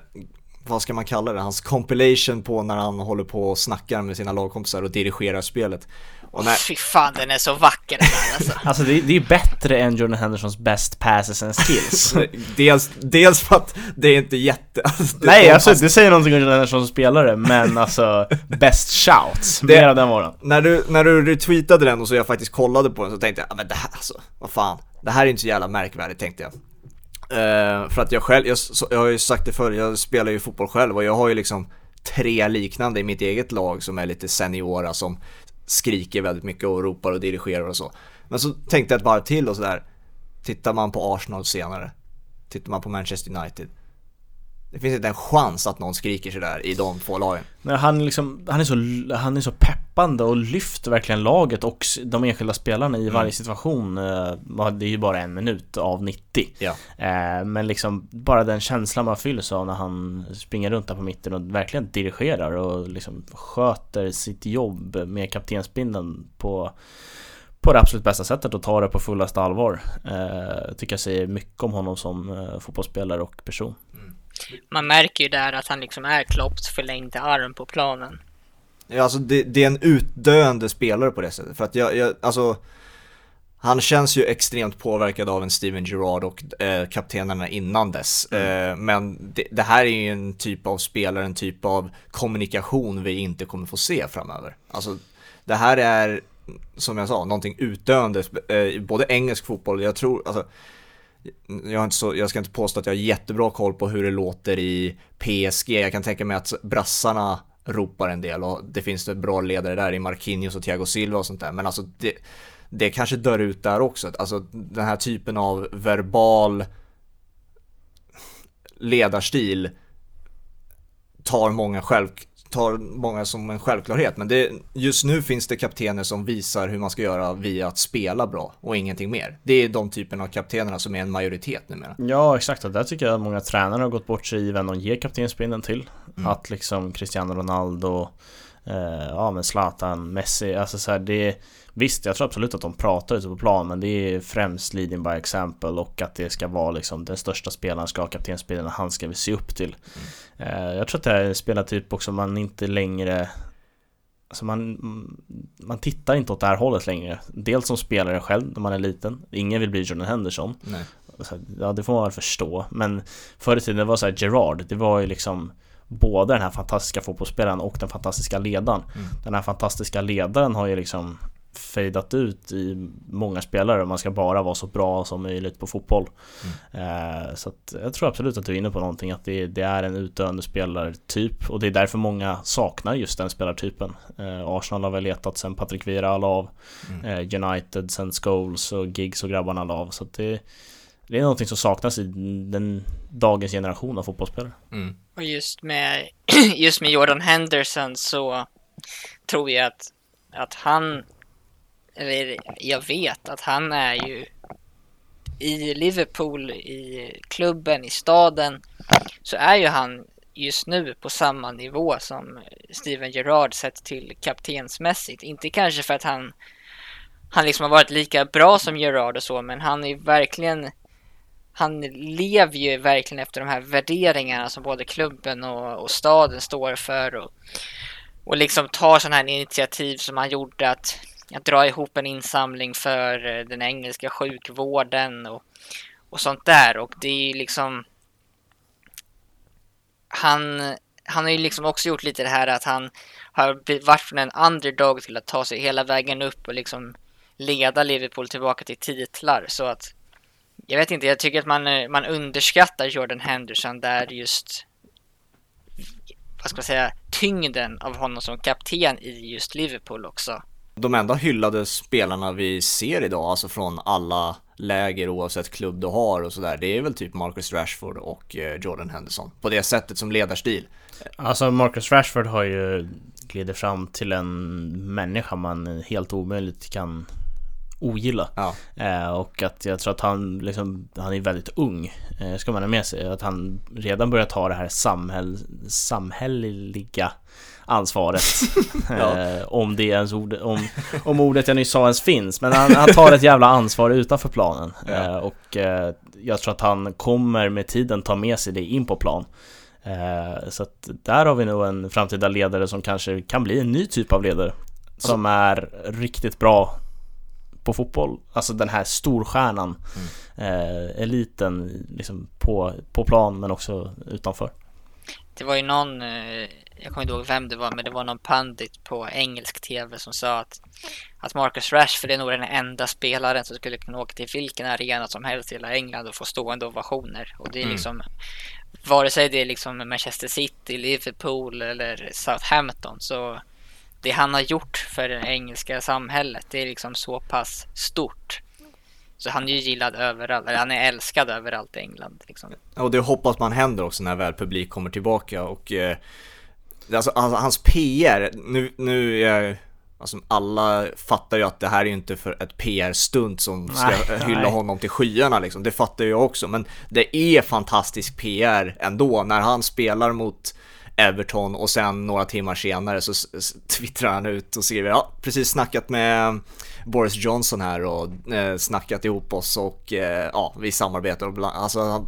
Speaker 1: vad ska man kalla det, hans compilation på när han håller på och snackar med sina lagkompisar och dirigerar spelet. Och
Speaker 3: fy fan, den är så vacker den där, alltså.
Speaker 2: Alltså det är bättre än Jordan Hendersons best passes and skills.
Speaker 1: dels för att det är inte jätte... Alltså,
Speaker 2: nej, alltså, det säger någonting om Jordan Henderson som spelare, men alltså best shouts, mer av den varan.
Speaker 1: När du retweetade den och så jag faktiskt kollade på den, så tänkte jag, men det här, alltså, vad fan, det här är inte så jävla märkvärdigt, tänkte jag. För att jag själv, jag har ju sagt det förr, jag spelar ju fotboll själv, och jag har ju liksom 3 liknande i mitt eget lag som är lite seniora, som skriker väldigt mycket och ropar och dirigerar och så. Men så tänkte jag ett varv till och så där. Tittar man på Arsenal senare, tittar man på Manchester United, det finns inte en chans att någon skriker så där i de 2 lagen.
Speaker 2: Nej, han är så peppande och lyfter verkligen laget och de enskilda spelarna i varje situation. Det är ju bara 1 minut av 90.
Speaker 1: Ja.
Speaker 2: Men liksom bara den känslan man fylls av när han springer runt där på mitten och verkligen dirigerar och liksom sköter sitt jobb med kaptensbindeln på det absolut bästa sättet och tar det på fullaste allvar. Tycker jag säger mycket om honom som fotbollsspelare och person.
Speaker 3: Man märker ju där att han liksom är Klopps förlängda arm på planen.
Speaker 1: Ja, alltså det är en utdöende spelare på det sättet. För att alltså, han känns ju extremt påverkad av en Steven Gerrard och kaptenerna innan dess. Men det här är ju en typ av spelare, en typ av kommunikation vi inte kommer få se framöver. Alltså det här är, som jag sa, någonting utdöende i både engelsk fotboll. Jag tror, alltså, jag ska inte påstå att jag har jättebra koll på hur det låter i PSG. Jag kan tänka mig att brassarna ropar en del, och det finns bra ledare där i Marquinhos och Thiago Silva och sånt där. Men alltså det kanske dör ut där också. Alltså den här typen av verbal ledarstil tar många som en självklarhet, men just nu finns det kaptener som visar hur man ska göra via att spela bra och ingenting mer. Det är de typen av kaptenerna som är en majoritet numera.
Speaker 2: Ja, exakt, och där tycker jag att många tränare har gått bort sig i vem de ger kaptensbindeln till. Att liksom Cristiano Ronaldo, men Zlatan, Messi, alltså så här, visst, jag tror absolut att de pratar ute på plan, men det är främst leading by example, och att det ska vara liksom den största spelaren ska ha kaptensbindeln och han ska vi se upp till. Jag tror att det är en spelartyp också man inte längre, alltså man tittar inte åt det här hållet längre. Dels som spelare själv när man är liten. Ingen vill bli Jordan Henderson.
Speaker 1: Nej.
Speaker 2: Ja, det får man väl förstå. Men förr i tiden det var så här Gerrard, det var ju liksom både den här fantastiska fotbollsspelaren och den fantastiska ledaren. Den här fantastiska ledaren har ju liksom fejdat ut i många spelare, och man ska bara vara så bra som möjligt på fotboll. Så att jag tror absolut att du är inne på någonting, att det är en utdöende spelartyp, och det är därför många saknar just den spelartypen. Arsenal har väl letat sen Patrick Vieira la av, United sen Scholes och Giggs och grabbarna la av, så att det är någonting som saknas i dagens generation av fotbollsspelare.
Speaker 3: Och just med Jordan Henderson så tror jag att han, eller jag vet att han är ju i Liverpool, i klubben, i staden, så är ju han just nu på samma nivå som Steven Gerrard sett till kaptensmässigt. Inte kanske för att han liksom har varit lika bra som Gerrard och så, men han lever ju verkligen efter de här värderingarna som både klubben och staden står för, och liksom tar sådana här initiativ som han gjorde att dra ihop en insamling för den engelska sjukvården och sånt där. Och det är ju liksom han har ju liksom också gjort lite det här att han har varit från en underdog till att ta sig hela vägen upp och liksom leda Liverpool tillbaka till titlar. Så att jag vet inte, jag tycker att man underskattar Jordan Henderson där, just vad ska man säga, tyngden av honom som kapten i just Liverpool också.
Speaker 1: De enda hyllade spelarna vi ser idag, alltså från alla läger oavsett klubb du har och sådär, det är väl typ Marcus Rashford och Jordan Henderson på det sättet som ledarstil.
Speaker 2: Alltså Marcus Rashford har ju glidit fram till en människa man helt omöjligt kan ogilla. Och att jag tror att han är väldigt ung, ska man ha med sig, att han redan börjar ta det här samhälleliga ansvaret. Om det ens om ordet jag nyss sa ens finns, men han tar ett jävla ansvar utanför planen. Och jag tror att han kommer med tiden ta med sig det in på plan. Så att där har vi nog en framtida ledare som kanske kan bli en ny typ av ledare, som är riktigt bra på fotboll, alltså den här storstjärnan, eliten liksom på plan men också utanför.
Speaker 3: Det var ju någon, jag kommer inte ihåg vem det var, men det var någon pandit på engelsk tv som sa att Marcus Rashford är nog den enda spelaren som skulle kunna åka till vilken arena som helst i hela England och få stående ovationer. Och det är liksom, vare sig det är liksom Manchester City, Liverpool eller Southampton, så det han har gjort för det engelska samhället, det är liksom så pass stort. Så han är ju gillad överallt, eller han är älskad överallt i England liksom.
Speaker 1: Och det hoppas man händer också när väl publik kommer tillbaka. Och alltså hans PR, nu är alltså, alla fattar ju att det här är ju inte för ett PR-stunt som ska hylla honom till skyarna liksom. Det fattar jag också, men det är fantastisk PR ändå när han spelar mot Everton och sen några timmar senare så twittrar han ut och skriver precis snackat med Boris Johnson här och snackat ihop oss och vi samarbetar och alltså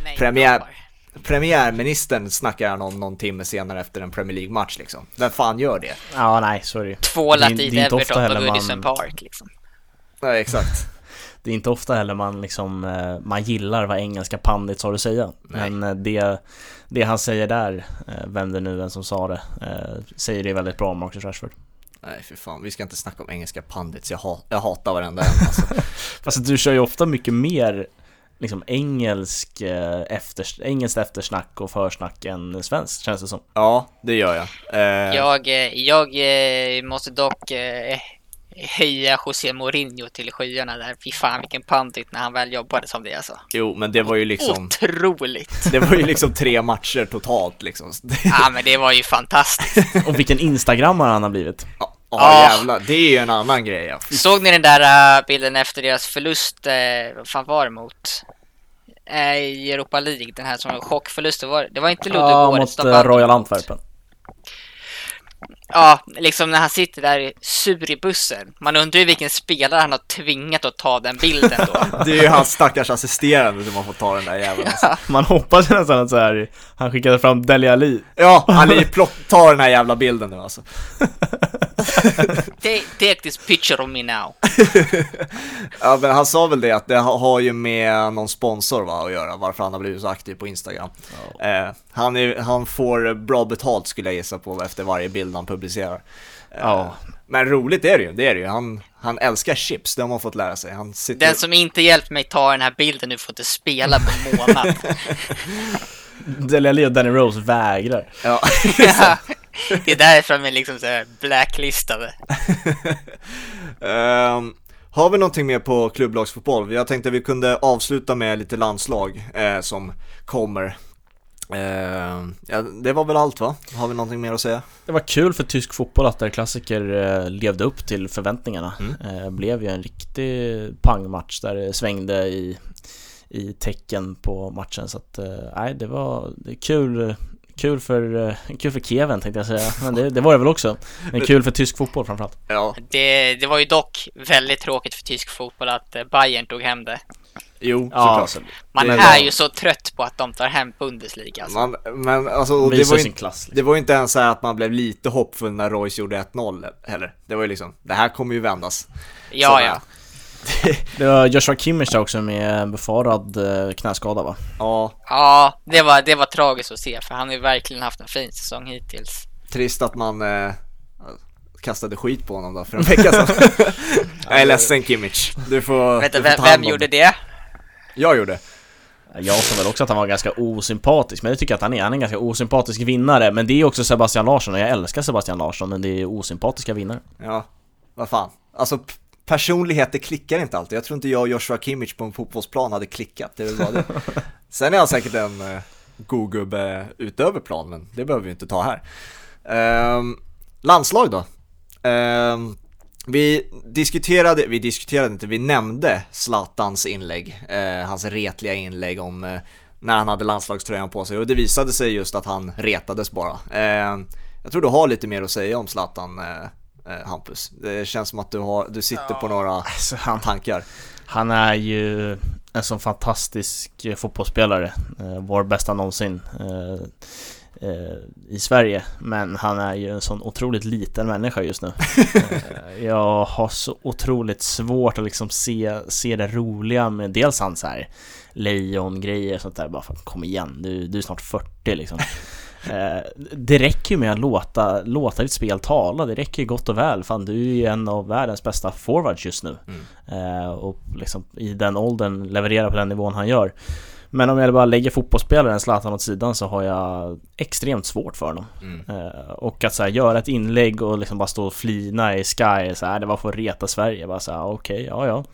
Speaker 1: premiärministern snackar han om någon timme senare efter en Premier League-match liksom. Vem fan gör det?
Speaker 2: Ja, nej, sorry.
Speaker 3: Tvålat i Everton på Goodison Park liksom.
Speaker 1: Ja, exakt.
Speaker 2: Det är inte ofta heller man gillar vad engelska pandits har att säga. Nej. Men det han säger där, vem det nu än som sa det, säger det väldigt bra om Marcus Rashford.
Speaker 1: Nej, för fan, vi ska inte snacka om engelska pandits. Jag hatar varenda en alltså.
Speaker 2: Fast du kör ju ofta mycket mer liksom engelskt eftersnack och försnack än svenskt, känns det som.
Speaker 1: Ja, det gör jag.
Speaker 3: Jag måste dock höja José Mourinho till skyarna där. Fy fan vilken pandit när han väl jobbade som det alltså.
Speaker 1: Jo, men det var ju liksom
Speaker 3: otroligt.
Speaker 1: Det var ju liksom 3 matcher totalt liksom.
Speaker 3: Ja, men det var ju fantastiskt.
Speaker 2: Och vilken instagrammare han har blivit.
Speaker 1: Ja, jävlar, det är ju en annan grej. Ja.
Speaker 3: Såg ni den där bilden efter deras förlust, vad fan var det mot i Europa League, den här som chockförlust, det var inte Ludogorets
Speaker 2: mot Royal Antwerpen.
Speaker 3: Ja, liksom när han sitter där sur i bussen. Man undrar ju vilken spelare han har tvingat att ta den bilden då.
Speaker 1: Det är ju hans stackars assisterande som har fått ta den där jäveln.
Speaker 3: Ja.
Speaker 2: Man hoppas ju nästan att så här, han skickade fram Dele Alli.
Speaker 1: Ja, Ali, ta den här jävla bilden nu alltså.
Speaker 3: Take this picture of me now.
Speaker 1: Ja, men han sa väl det att det har ju med någon sponsor att göra, varför han har blivit så aktiv på Instagram. Han får bra betalt skulle jag gissa på efter varje bild han publicerar. Men roligt är det ju, han älskar chips, det har man fått lära sig.
Speaker 3: Den som inte hjälpt mig ta den här bilden nu får inte spela på en månad.
Speaker 2: Dele Alli och Danny Rose vägrar.
Speaker 1: Ja.
Speaker 3: Ja, det är därför de är liksom så här blacklistade.
Speaker 1: Har vi någonting mer på klubblagsfotboll? Jag tänkte att vi kunde avsluta med lite landslag som kommer. Ja, det var väl allt, va? Har vi någonting mer att säga?
Speaker 2: Det var kul för tysk fotboll att där klassiker levde upp till förväntningarna. Blev ju en riktig pangmatch där det svängde i tecken på matchen. Så att, det är kul för Kevin tänkte jag säga. Men det var det väl också. Men kul för tysk fotboll framförallt.
Speaker 1: Ja.
Speaker 3: Det var ju dock väldigt tråkigt för tysk fotboll att Bayern tog hem det.
Speaker 1: Jo,
Speaker 2: Ja,
Speaker 1: såklart.
Speaker 3: Man är ju så trött på att de tar hem Bundesliga alltså.
Speaker 1: Men alltså,
Speaker 2: Sin klass, liksom.
Speaker 1: det var ju inte ens så här att man blev lite hoppfull när Royce gjorde 1-0 heller. Det var ju liksom, det här kommer ju vändas.
Speaker 3: Ja.
Speaker 2: Det var Joshua Kimmich också med befarad knäskada, va?
Speaker 1: Ja,
Speaker 3: det var tragiskt att se, för han har ju verkligen haft en fin säsong hittills.
Speaker 1: trist att man kastade skit på honom då för en vecka sedan. Jag är ledsen, Kimmich. Du får
Speaker 3: Vem gjorde det?
Speaker 1: Jag gjorde.
Speaker 2: Jag sa väl också att han var ganska osympatisk, men jag tycker att han är en ganska osympatisk vinnare. Men det är också Sebastian Larsson, och jag älskar Sebastian Larsson, men det är osympatiska vinnare.
Speaker 1: Ja, vad fan. Alltså personligheter klickar inte alltid. Jag tror inte jag och Joshua Kimmich på en fotbollsplan hade klickat. Det är väl bara det. Sen är han säkert en god gubbe utöver plan, men det behöver vi inte ta här. Landslag då. Vi nämnde Zlatans inlägg, hans retliga inlägg om när han hade landslagströjan på sig, och det visade sig just att han retades bara. Jag tror du har lite mer att säga om Zlatan, Hampus. Det känns som att du sitter på några tankar.
Speaker 2: Han är ju en sån fantastisk fotbollsspelare, vår bästa någonsin i Sverige, men han är ju en sån otroligt liten människa just nu. Jag har så otroligt svårt att liksom se det roliga med dels hans så här lejon-grejer sånt där, bara för att kom igen, du är snart 40 liksom. Det räcker ju med att låta ditt spel tala. Det räcker ju gott och väl. Fan, du är ju en av världens bästa forwards just nu. Och liksom i den åldern leverera på den nivån han gör. Men om jag bara lägger fotbollsspelaren Zlatan åt sidan, så har jag extremt svårt för honom. Och att så här, göra ett inlägg och liksom bara stå och flina i Sky så här, det var för att reta Sverige. Bara så här, okej, ja.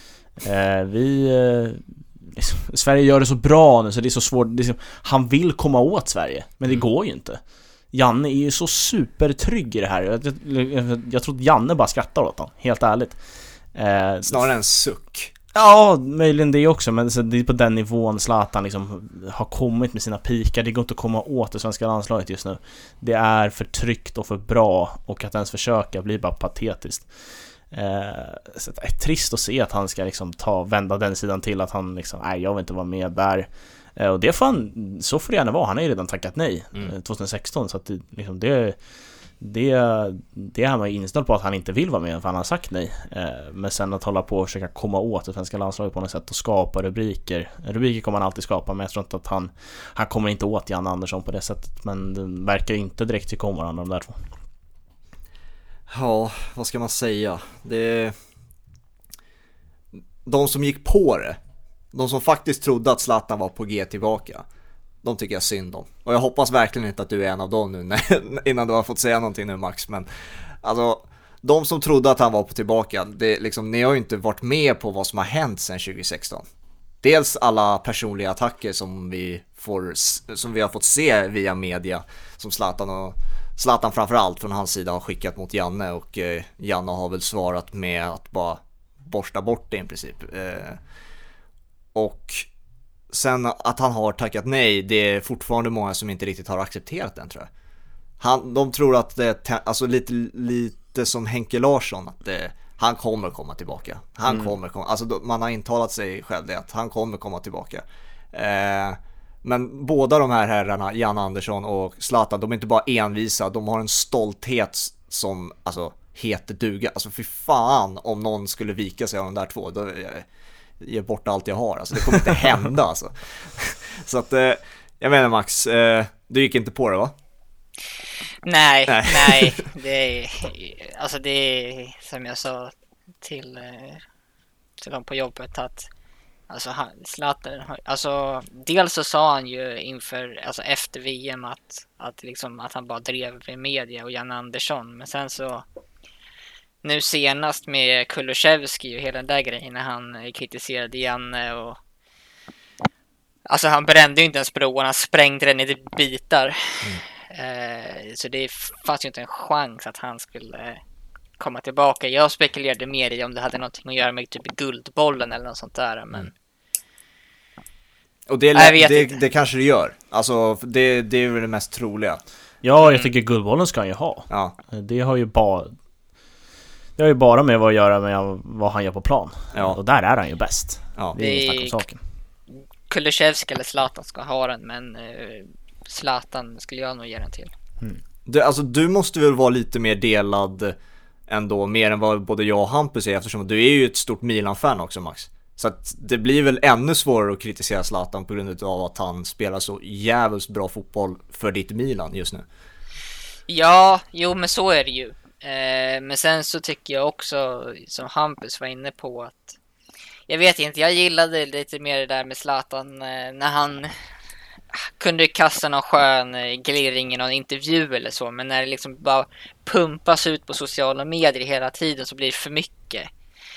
Speaker 2: Sverige gör det så bra nu, så det är så svårt. Han vill komma åt Sverige, men det går ju inte. Janne är ju så supertrygg i det här. Jag tror att Janne bara skrattar åt honom, helt ärligt.
Speaker 1: Snarare en suck.
Speaker 2: Ja, möjligen det också, men det är på den nivån Zlatan liksom har kommit med sina pikar. Det går inte att komma åt det svenska landslaget just nu. Det är för tryggt och för bra, och att ens försöka blir bara patetiskt. Så det är trist att se att han ska liksom vända den sidan till, att han liksom, nej, jag vill inte vara med där. Och det så får det gärna vara. Han har ju redan tackat nej 2016, så att det är man ju inställd på att han inte vill vara med, för han har sagt nej. Men sen att hålla på och försöka komma åt det svenska landslaget på något sätt och skapa rubriker kommer han alltid skapa, men jag tror inte att han kommer inte åt Jan Andersson på det sättet. Men det verkar inte direkt tycka om varandra, de där två.
Speaker 1: Ja, vad ska man säga? De som gick på det, de som faktiskt trodde att Zlatan var på G tillbaka, de tycker jag synd om. Och jag hoppas verkligen inte att du är en av dem nu innan du har fått säga någonting nu, Max. Men alltså, de som trodde att han var på tillbaka, ni har ju inte varit med på vad som har hänt sedan 2016. Dels alla personliga attacker som vi har fått se via media, som Zlatan framförallt från hans sida har skickat mot Janne, och Janne har väl svarat med att bara borsta bort det i princip. Och sen att han har tackat nej, det är fortfarande många som inte riktigt har accepterat den, tror jag. de tror att det är alltså lite som Henke Larsson, att han kommer komma tillbaka. Alltså man har intalat sig själv det, att han kommer komma tillbaka. Men båda de här herrarna, Jan Andersson och Zlatan, de är inte bara envisa, de har en stolthet som alltså heter duga. Alltså för fan om någon skulle vika sig av de där två, då ger bort allt jag har. Alltså det kommer inte hända alltså. Så att jag menar Max, du gick inte på det, va?
Speaker 3: Nej. Det är som jag sa till dem på jobbet, att alltså Zlatan, alltså dels så sa han ju inför, alltså efter VM att han bara drev med media och Jan Andersson, men sen så nu senast med Kulusevski och hela den där grejen när han kritiserade Janne, och alltså han brände ju inte ens broarna, han sprängde den i bitar. Så det fanns ju inte en chans att han skulle komma tillbaka. Jag spekulerade mer i om det hade någonting att göra med typ Guldbollen eller något sånt där, men
Speaker 1: och det kanske det gör. Alltså det är väl det mest troliga.
Speaker 2: Ja, jag tycker Guldbollen ska han ju ha.
Speaker 1: Ja.
Speaker 2: Det har ju bara med vad att göra med vad han gör på plan. Ja. Och där är han ju bäst. Ja. Det är ingen snack om saken.
Speaker 3: Kulusevski eller Zlatan ska ha den, men Zlatan skulle jag nog ge den till.
Speaker 1: Du måste väl vara lite mer delad ändå, mer än vad både jag och Hampus är, eftersom du är ju ett stort Milan-fan också, Max. Så att det blir väl ännu svårare att kritisera Zlatan på grund av att han spelar så jävligt bra fotboll för ditt Milan just nu.
Speaker 3: Ja, jo men så är det ju. Men sen så tycker jag också, som Hampus var inne på, att jag vet inte, jag gillade lite mer det där med Zlatan när han kunde kasta någon skön glirring i någon intervju eller så, men när det liksom bara pumpas ut på sociala medier hela tiden så blir det för mycket.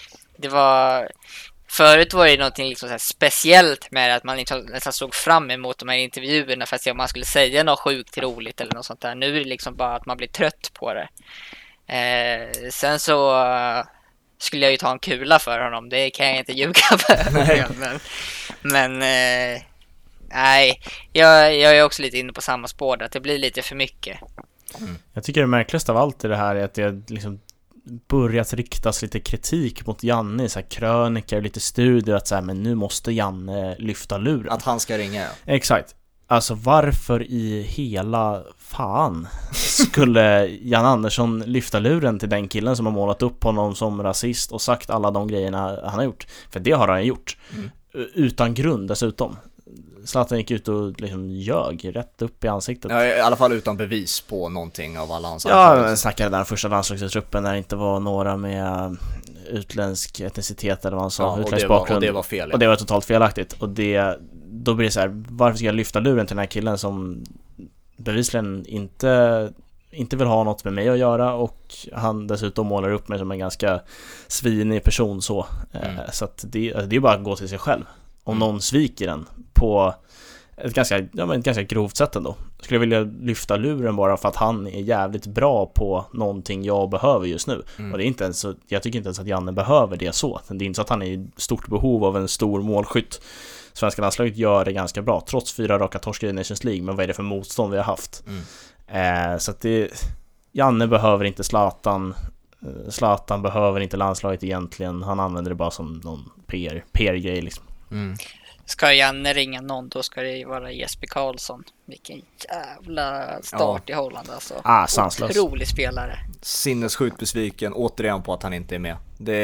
Speaker 3: Förut var det någonting liksom så här speciellt med att man nästan såg fram emot de här intervjuerna för att se om man skulle säga något sjukt roligt eller något sånt där. Nu är det liksom bara att man blir trött på det. Sen så skulle jag ju ta en kula för honom, det kan jag inte ljuga för. Men nej, jag är också lite inne på samma spår, att det blir lite för mycket.
Speaker 2: Jag tycker det märkligaste av allt i det här är att det liksom börjat riktas lite kritik mot Janne i så här krönikor och lite studier, att så här, men nu måste Janne lyfta luren.
Speaker 1: Att han ska ringa, ja.
Speaker 2: Exakt. Alltså varför i hela fan skulle Jan Andersson lyfta luren till den killen som har målat upp honom som rasist och sagt alla de grejerna han har gjort? För det har han gjort. Utan grund dessutom. Zlatan gick ut och liksom ljög rätt upp i ansiktet.
Speaker 1: Ja, i alla fall utan bevis på någonting av alla hans
Speaker 2: anfall. Ja, snackade där första landslagstruppen när det inte var några med utländsk etnicitet eller vad han sa, utländsk bakgrund.
Speaker 1: Och det var fel. Ja.
Speaker 2: Och det var totalt felaktigt. Och då blir det så här, varför ska jag lyfta luren till den här killen som bevisligen inte vill ha något med mig att göra, och han dessutom målar upp mig som en ganska svinig person så. Så att det är bara att gå till sig själv. Om någon sviker den på ett ganska grovt sätt ändå. Skulle jag vilja lyfta luren bara för att han är jävligt bra på någonting jag behöver just nu. Och det är inte ens så, jag tycker inte ens att Janne behöver det så. Det är inte så att han är i stort behov av en stor målskytt. Svenska landslaget gör det ganska bra, trots 4 raka torskar i Nations League. Men vad är det för motstånd vi har haft? Så att Janne behöver inte Zlatan. Zlatan behöver inte landslaget egentligen. Han använder det bara som någon PR-grej liksom.
Speaker 3: Ska Janne ringa någon, då ska det vara Jesper Karlsson. Vilken jävla start i Holland alltså.
Speaker 2: Sanslös.
Speaker 3: Otrolig spelare.
Speaker 1: Sinnessjukt besviken återigen på att han inte är med.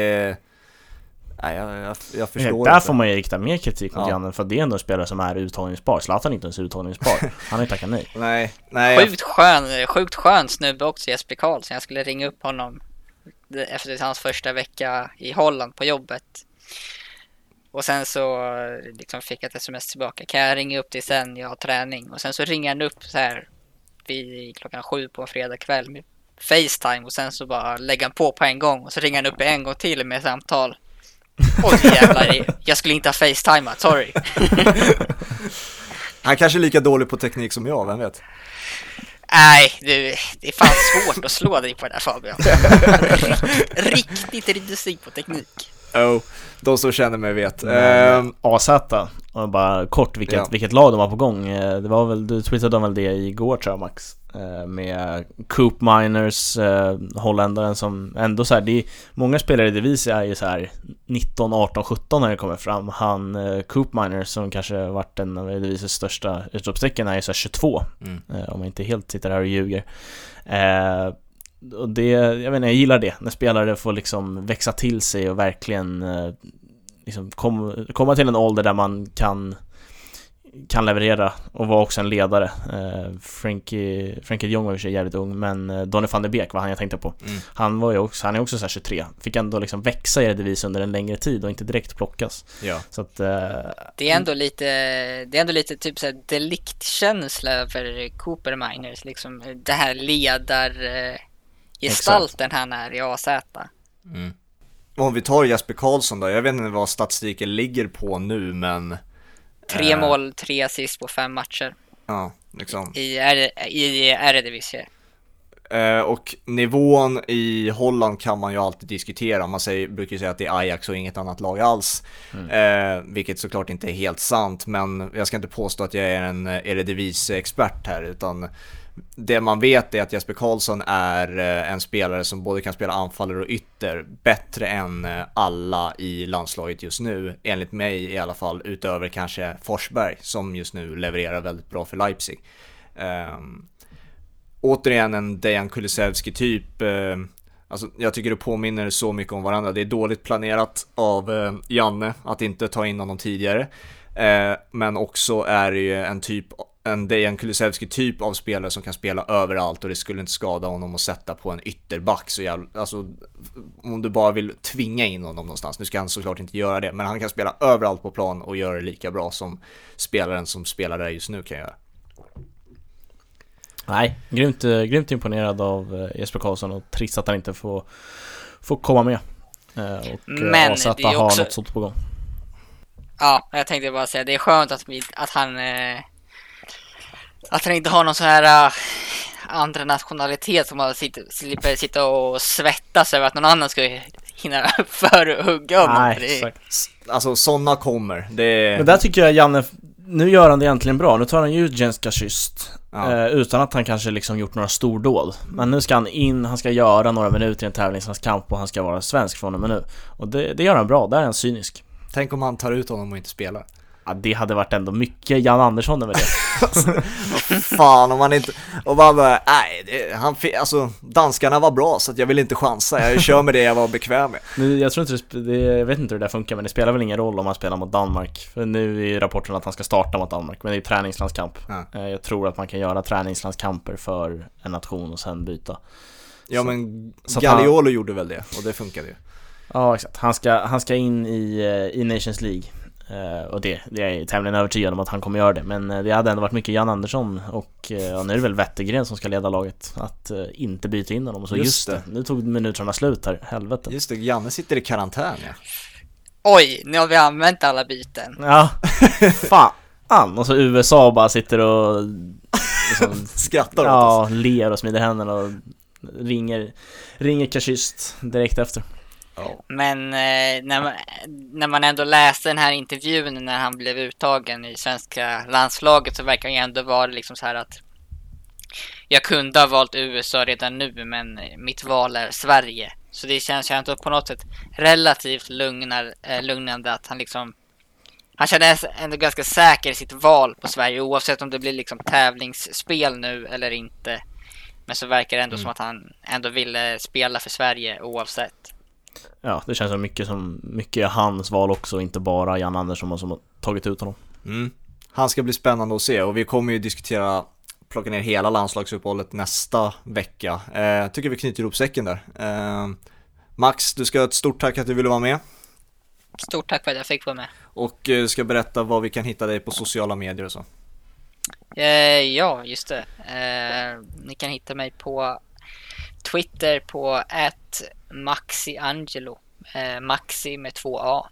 Speaker 1: Jag förstår.
Speaker 2: Där får man ju rikta mer kritik mot Janne, för det är ändå en spelare som är uttagningsbar. Zlatan är inte ens uttagningsbar. Han har tackat nej.
Speaker 3: Nej. Sjukt skön snubbe också, Jesper Karlsson. Jag skulle ringa upp honom efter hans första vecka i Holland på jobbet. Och sen så liksom fick jag ett sms tillbaka. Kan jag ringa upp dig sen? Jag har träning. Och sen så ringer han upp så här vid 7:00 på en fredag kväll med FaceTime. Och sen så bara lägger han på en gång. Och så ringer han upp en gång till med samtal. Oj jävlar, jag skulle inte ha FaceTimeat, sorry.
Speaker 1: Han kanske är lika dålig på teknik som jag, vem vet?
Speaker 3: Nej, det är fan svårt att slå dig på det här, Fabian. Riktigt risig på teknik.
Speaker 1: De som känner mig vet.
Speaker 2: AZ, och bara kort vilket lag de var på gång. Det var väl, du twittrade väl det igår tror jag, Max, med Coop Miners, holländaren som ändå så här, det är många spelare i Divisi är ju så här 19, 18, 17 när det kommer fram. Han Coop Miners som kanske varit en av Divisis största utropstecken är ju så här 22. Om jag inte helt sitter här och ljuger. Och det, jag gillar det när spelare får liksom växa till sig och verkligen liksom komma till en ålder där man kan leverera och vara också en ledare. Frankie de Jong var ju jävligt ung, men Donny van der Beek var han jag tänkte på. Han är också så här 23. Fick ändå liksom växa i Divis under en längre tid och inte direkt plockas.
Speaker 1: Ja.
Speaker 2: Så att,
Speaker 3: det är ändå lite typ så här deliktkänsla över Cooper Miners, liksom det här gestalten han är i AZ.
Speaker 1: Om vi tar Jesper Karlsson då, jag vet inte vad statistiken ligger på nu, men
Speaker 3: 3 mål, 3 assist på 5 matcher.
Speaker 1: Ja, liksom.
Speaker 3: I Eredivisie.
Speaker 1: Och nivån i Holland kan man ju alltid diskutera. Man brukar ju säga att det är Ajax och inget annat lag alls. Vilket såklart inte är helt sant, men jag ska inte påstå att jag är en Eredivisie-expert här, utan det man vet är att Jesper Karlsson är en spelare som både kan spela anfallare och ytter bättre än alla i landslaget just nu, enligt mig i alla fall, utöver kanske Forsberg som just nu levererar väldigt bra för Leipzig. Återigen en Dejan Kulusevski typ. Alltså, jag tycker det påminner så mycket om varandra. Det är dåligt planerat av Janne att inte ta in honom tidigare, men också är det ju en Dejan Kulusevski typ av spelare som kan spela överallt, och det skulle inte skada honom att sätta på en ytterback. Alltså, om du bara vill tvinga in honom någonstans, nu ska han såklart inte göra det, men han kan spela överallt på plan och göra det lika bra som spelaren som spelar där just nu kan göra.
Speaker 2: Nej, grymt imponerad av Jesper Karlsson, och trist att han inte får komma med.
Speaker 3: Men
Speaker 2: AZ
Speaker 3: det är
Speaker 2: har
Speaker 3: också
Speaker 2: något sånt på gång.
Speaker 3: Ja, jag tänkte bara säga, det är skönt att han inte har någon så här andra nationalitet som man slipper sitta och svettas över att någon annan ska hinna för och hugga om.
Speaker 2: Nej, exakt.
Speaker 1: Alltså sådana kommer.
Speaker 2: Men där tycker jag Janne, nu gör han det egentligen bra. Nu tar han ju ut Jenska Kyst utan att han kanske liksom gjort några stordåd. Men nu ska han ska göra några minuter i en tävlingskamp och han ska vara svensk från och med nu. Och det gör han bra, där är han cynisk.
Speaker 1: Tänk om han tar ut honom och inte spelar.
Speaker 2: Ja, det hade varit ändå mycket Jan Andersson över det.
Speaker 1: Fan, om man inte... Och bara, alltså, danskarna var bra så att jag vill inte chansa. Jag kör med det jag var bekväm med.
Speaker 2: Nu, jag tror inte jag vet inte hur det där funkar, men det spelar väl ingen roll om man spelar mot Danmark. För nu är rapporten att han ska starta mot Danmark, men det är träningslandskamp. Jag tror att man kan göra träningslandskamper för en nation och sen byta.
Speaker 1: Ja, men Gagliolo gjorde väl det, och det funkade ju.
Speaker 2: Ja, exakt. Han ska in i Nations League. Och det är jag tämligen övertygad om att han kommer göra det. Men det hade ändå varit mycket Jan Andersson. Och nu är det väl Wettergren som ska leda laget, att inte byta in honom. Och så just det. Nu tog minuterna slut här, helvete.
Speaker 1: Just det, Janne sitter i karantän, ja.
Speaker 3: Oj, nu har vi använt alla byten.
Speaker 2: Ja, fan. Och så USA bara sitter och liksom,
Speaker 1: skrattar
Speaker 2: åt oss. Ler och smider händerna och ringer Kashist direkt efter.
Speaker 3: Men när man ändå läste den här intervjun när han blev uttagen i svenska landslaget, så verkar det ändå vara liksom så här att jag kunde ha valt USA redan nu, men mitt val är Sverige. Så det känns ändå på något sätt relativt lugnande att han känner ändå ganska säker i sitt val på Sverige, oavsett om det blir liksom tävlingsspel nu eller inte. Men så verkar det ändå som att han ändå ville spela för Sverige oavsett.
Speaker 2: Ja, det känns som mycket hans val också, inte bara Jan Andersson som har tagit ut honom.
Speaker 1: Han ska bli spännande att se, och vi kommer ju plocka ner hela landslagsuppehållet nästa vecka. Tycker vi knyter ihop säcken där. Max, du ska ha ett stort tack att du ville vara med.
Speaker 3: Stort tack för att jag fick vara med.
Speaker 1: Och ska berätta var vi kan hitta dig på sociala medier och så.
Speaker 3: Ja, just det. Ni kan hitta mig på Twitter på @MaxiAngelo. Maxi med 2A.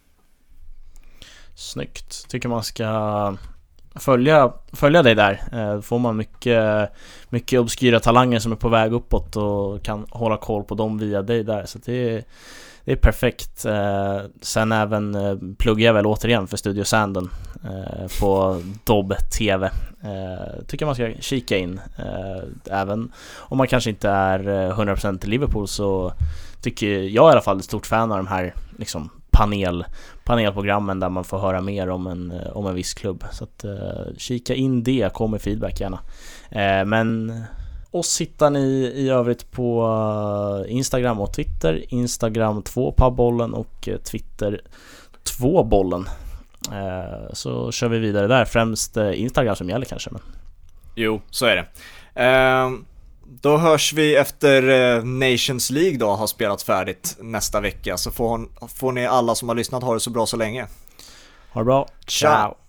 Speaker 2: Snyggt. Tycker man ska följa dig där. Får man mycket obskyra talanger som är på väg uppåt och kan hålla koll på dem via dig där. Så det Det är perfekt. Sen även pluggar jag väl återigen för Studio Sanden på Dobb TV. Tycker man ska kika in. Även om man kanske inte är 100% Liverpool, så tycker jag i alla fall ett stort fan av de här liksom panelprogrammen där man får höra mer om en viss klubb. Så att kika in det, kommer feedback gärna. Men oss hittar ni i övrigt på Instagram och Twitter. Instagram 2pubbollen och Twitter 2bollen. Så kör vi vidare där. Främst Instagram som gäller kanske. Men...
Speaker 1: Jo, så är det. Då hörs vi efter Nations League då har spelat färdigt nästa vecka. Så får ni alla som har lyssnat ha det så bra så länge.
Speaker 2: Ha det bra. Ciao.